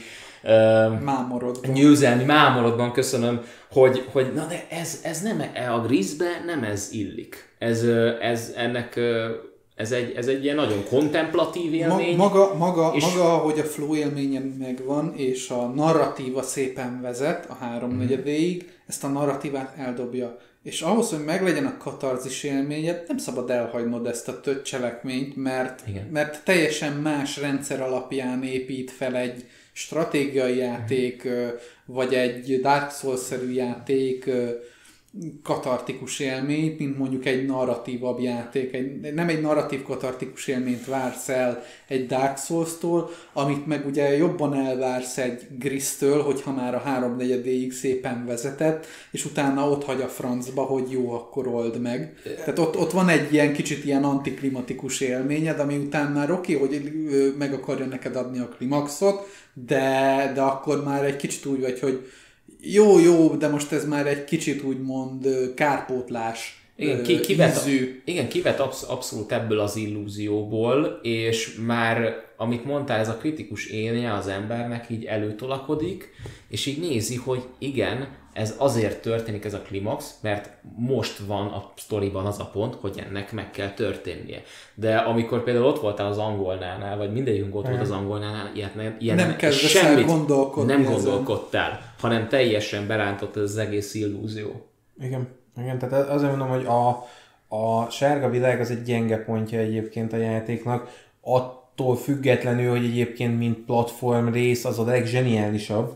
mámorodban, köszönöm, hogy na de ez nem a Grisbe, nem ez illik. Ez egy ilyen nagyon kontemplatív élmény. Maga, hogy a flow élményen megvan, és a narratíva szépen vezet a 3/4-ig, ezt a narratívát eldobja. És ahhoz, hogy meglegyen a katarzis élményed, nem szabad elhagynod ezt a cselekményt, mert teljesen más rendszer alapján épít fel egy stratégiai játék, vagy egy Dark Souls-szerű játék katartikus élményt, mint mondjuk egy narratívabb játék. Nem egy narratív katartikus élményt vársz el egy Dark Souls-tól, amit meg ugye jobban elvársz egy Gris-től, hogyha már a 3/4-ig szépen vezetett, és utána ott hagy a francba, hogy jó, akkor old meg. Tehát ott van egy ilyen kicsit ilyen antiklimatikus élményed, ami után már oké, hogy meg akarja neked adni a klimaxot, de akkor már egy kicsit úgy vagy, hogy jó, de most ez már egy kicsit úgymond kárpótlás. Igen, kivet abszolút ebből az illúzióból, és már, amit mondtál, ez a kritikus énje az embernek így előtolakodik, és így nézi, hogy igen, ez azért történik ez a klimax, mert most van a sztoriban az a pont, hogy ennek meg kell történnie. De amikor például ott voltál az angolnál, vagy mindegyikünk ott volt az angolnál, nem kezdesz el gondolkodni. Nem gondolkodtál, hanem teljesen berántott ez az egész illúzió. Igen, tehát azért mondom, hogy a sárga világ az egy gyenge pontja egyébként a játéknak, attól függetlenül, hogy egyébként mint platform rész az a legzseniálisabb,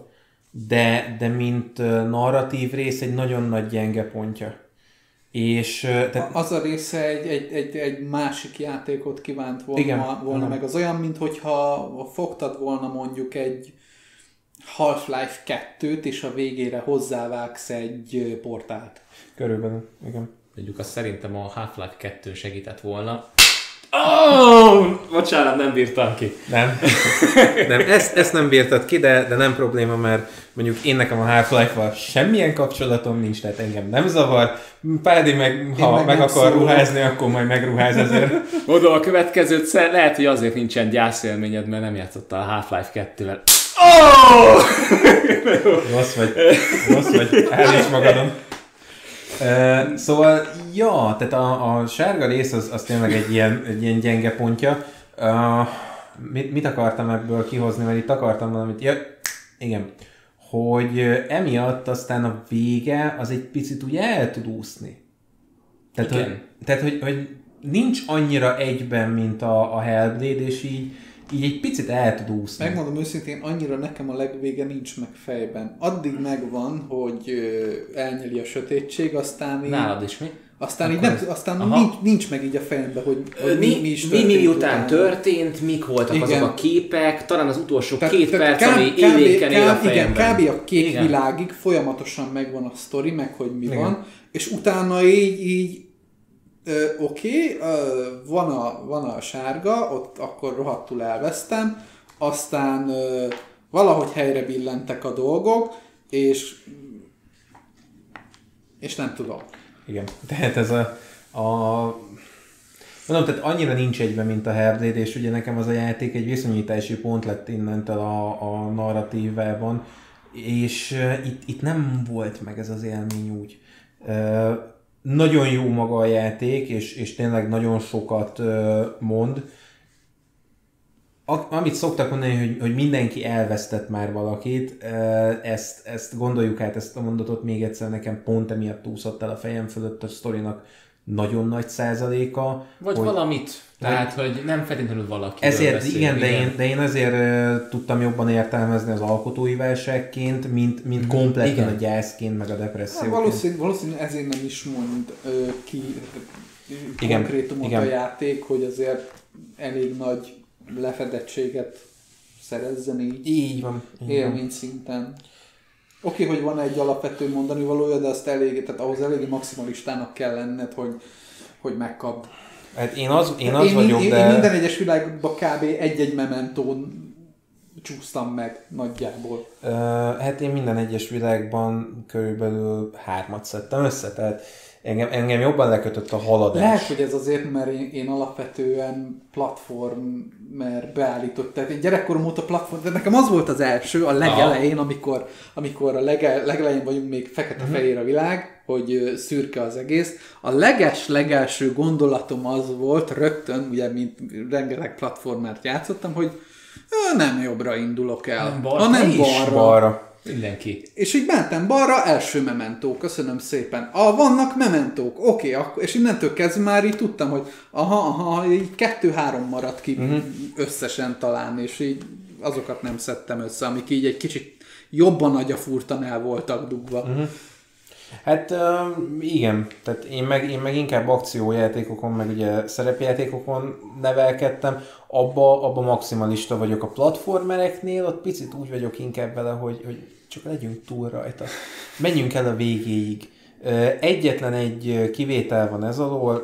de mint narratív rész egy nagyon nagy gyenge pontja. És, tehát... Az a része egy másik játékot kívánt volna meg. Az olyan, mintha fogtad volna mondjuk egy Half-Life 2-t, és a végére hozzávágsz egy portált. Körülbelül, igen. Mondjuk azt szerintem a Half-Life 2 segített volna. Bocsánat, nem bírtam ki. Nem, ezt nem bírtad ki, de nem probléma, mert mondjuk én nekem a Half-Life-val semmilyen kapcsolatom nincs, tehát engem nem zavar. Pádi ha meg akar ruházni, akkor majd megruház azért. Oda a következőt, lehet, hogy azért nincsen gyászélményed, mert nem játszottál a Half-Life 2-vel. Rossz vagy, állíts magadon. Szóval, ja, tehát a sárga rész az tényleg egy ilyen gyenge pontja. Mit akartam ebből kihozni, mert itt akartam valamit. Ja, igen. Hogy emiatt aztán a vége az egy picit úgy el tud úszni. Tehát, hogy nincs annyira egyben, mint a Hellblade, és így egy picit el tud úszni. Megmondom őszintén, annyira nekem a legvége nincs meg fejben. Addig megvan, hogy elnyeli a sötétség, aztán így... Nálad is mi? Aztán, így nincs meg így a fejemben, hogy mi után történt, mik voltak azok a képek, talán az utolsó 2 perc, ami élénken él a fejemben. Kb. A kék világig folyamatosan megvan a sztori, meg hogy mi van, és utána így oké, van a sárga, ott akkor rohadtul elvesztem, aztán valahogy helyre billentek a dolgok, és nem tudom. Igen, tehát ez mondom, tehát annyira nincs egyben, mint a Hellblade, és ugye nekem az a játék egy viszonyítási pont lett innentől a narratívában, és itt nem volt meg ez az élmény úgy. Nagyon jó maga a játék, és tényleg nagyon sokat mond. Amit szoktak mondani, hogy mindenki elvesztett már valakit, ezt gondoljuk át, ezt a mondatot még egyszer, nekem pont emiatt úszott el a fejem fölött a sztorinak nagyon nagy százaléka. Vagy hogy, valamit, tehát hogy nem feltétlenül valaki. Ezért igen, de én azért tudtam jobban értelmezni az alkotói válságként, mint kompletten a gyászként, meg a depresszióként. Valószínűleg ezért nem is mond ki konkrétumot a játék, hogy azért elég nagy lefedettséget szerezzen így van. Élmény szinten. Oké, hogy van egy alapvető mondani valója, de azt tehát ahhoz eléggé maximalistának kell lenned, hogy megkap. Hát én az vagyok, de... Én minden egyes világban kb. egy-egy mementón csúsztam meg nagyjából. Hát én minden egyes világban körülbelül 3 szedtem össze, tehát engem jobban lekötött a haladás. Lehet, hogy ez azért, mert én alapvetően platformer beállított. Tehát én gyerekkorom óta platform, de nekem az volt az első, a legelején, amikor a legelején vagyunk, még fekete-fehér a világ, hogy szürke az egész. A legelső gondolatom az volt rögtön, ugye, mint rengeteg platformert játszottam, hogy nem jobbra indulok el, hanem balra. Mindenki. És így mentem balra, első mementó, köszönöm szépen. Vannak mementók, oké, és innentől kezdve már így tudtam, hogy így 2-3 maradt ki összesen talán, és így azokat nem szedtem össze, amik így egy kicsit jobban agyafúrtan el voltak dugva. Hát igen, tehát én meg inkább akciójátékokon, meg ugye szerepjátékokon nevelkedtem, abba maximalista vagyok. A platformereknél ott picit úgy vagyok inkább vele, hogy csak legyünk túl rajta. Menjünk el a végéig. Egyetlen egy kivétel van ez alól,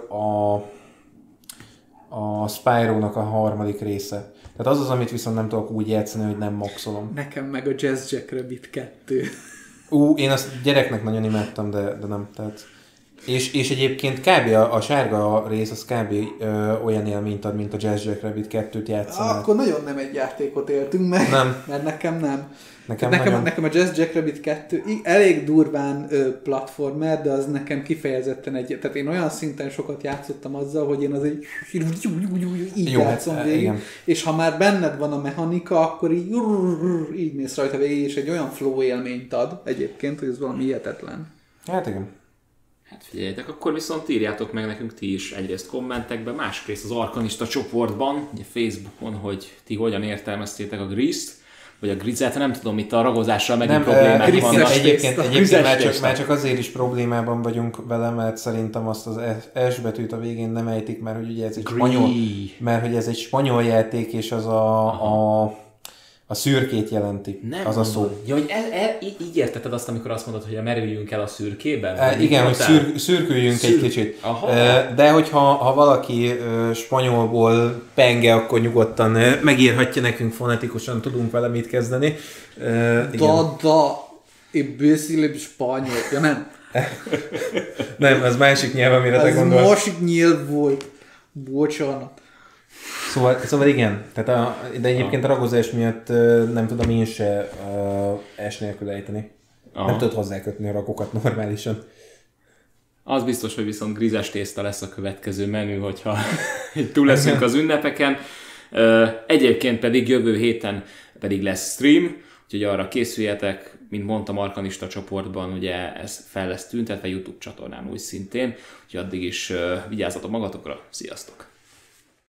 a Spyro-nak a 3. része. Tehát az, amit viszont nem tudok úgy játszani, hogy nem maxolom. Nekem meg a Jazz Jackrabbit 2. Én azt gyereknek nagyon imádtam, de nem. Tehát... És egyébként kb. A sárga rész az kb. Olyan élményt ad, mint a Jazz Jackrabbit 2-t játszani. Akkor nagyon nem egy játékot éltünk meg, nem. Mert nekem nem. Nekem a Jazz Jackrabbit 2 elég durván platformer, de az nekem kifejezetten tehát én olyan szinten sokat játszottam azzal, hogy én az így játszom végig, és ha már benned van a mechanika, akkor így mész rajta végig, és egy olyan flow élményt ad egyébként, hogy ez valami hihetetlen. Hát igen. Hát figyeljetek, akkor viszont írjátok meg nekünk ti is egyrészt kommentekben, másrészt az Arkanista csoportban, ugye Facebookon, hogy ti hogyan értelmeztétek a Griszt, vagy a Grizzet, nem tudom, itt a ragozással megint problémák vannak. Egyébként már csak azért is problémában vagyunk vele, mert szerintem azt az S betűt a végén nem ejtik, mert hogy ugye ez egy spanyol, mert hogy ez egy spanyol játék, és az a szürkét jelenti, nem az a szó. Ja, hogy így értetted azt, amikor azt mondod, hogy merüljünk el a szürkében? Igen, hogy szürküljünk egy kicsit. De hogyha valaki spanyolból penge, akkor nyugodtan megírhatja nekünk fonetikusan, tudunk vele mit kezdeni. Imbécil spanyol. Ja nem. Nem, az másik nyelv, amire te gondolsz. Ez másik nyelv volt. Bocsánat. Szóval igen, tehát de egyébként a ragozás miatt nem tudom én se S nélkül ejteni. Nem tudod hozzákötni a ragokat normálisan. Az biztos, hogy viszont grizes tészta lesz a következő menü, hogyha túl leszünk az ünnepeken. Egyébként pedig jövő héten pedig lesz stream, úgyhogy arra készüljetek, mint mondtam, Arkanista csoportban, ugye ez fel lesz tüntetve, YouTube csatornán úgy szintén, úgyhogy addig is vigyázzatok magatokra, sziasztok!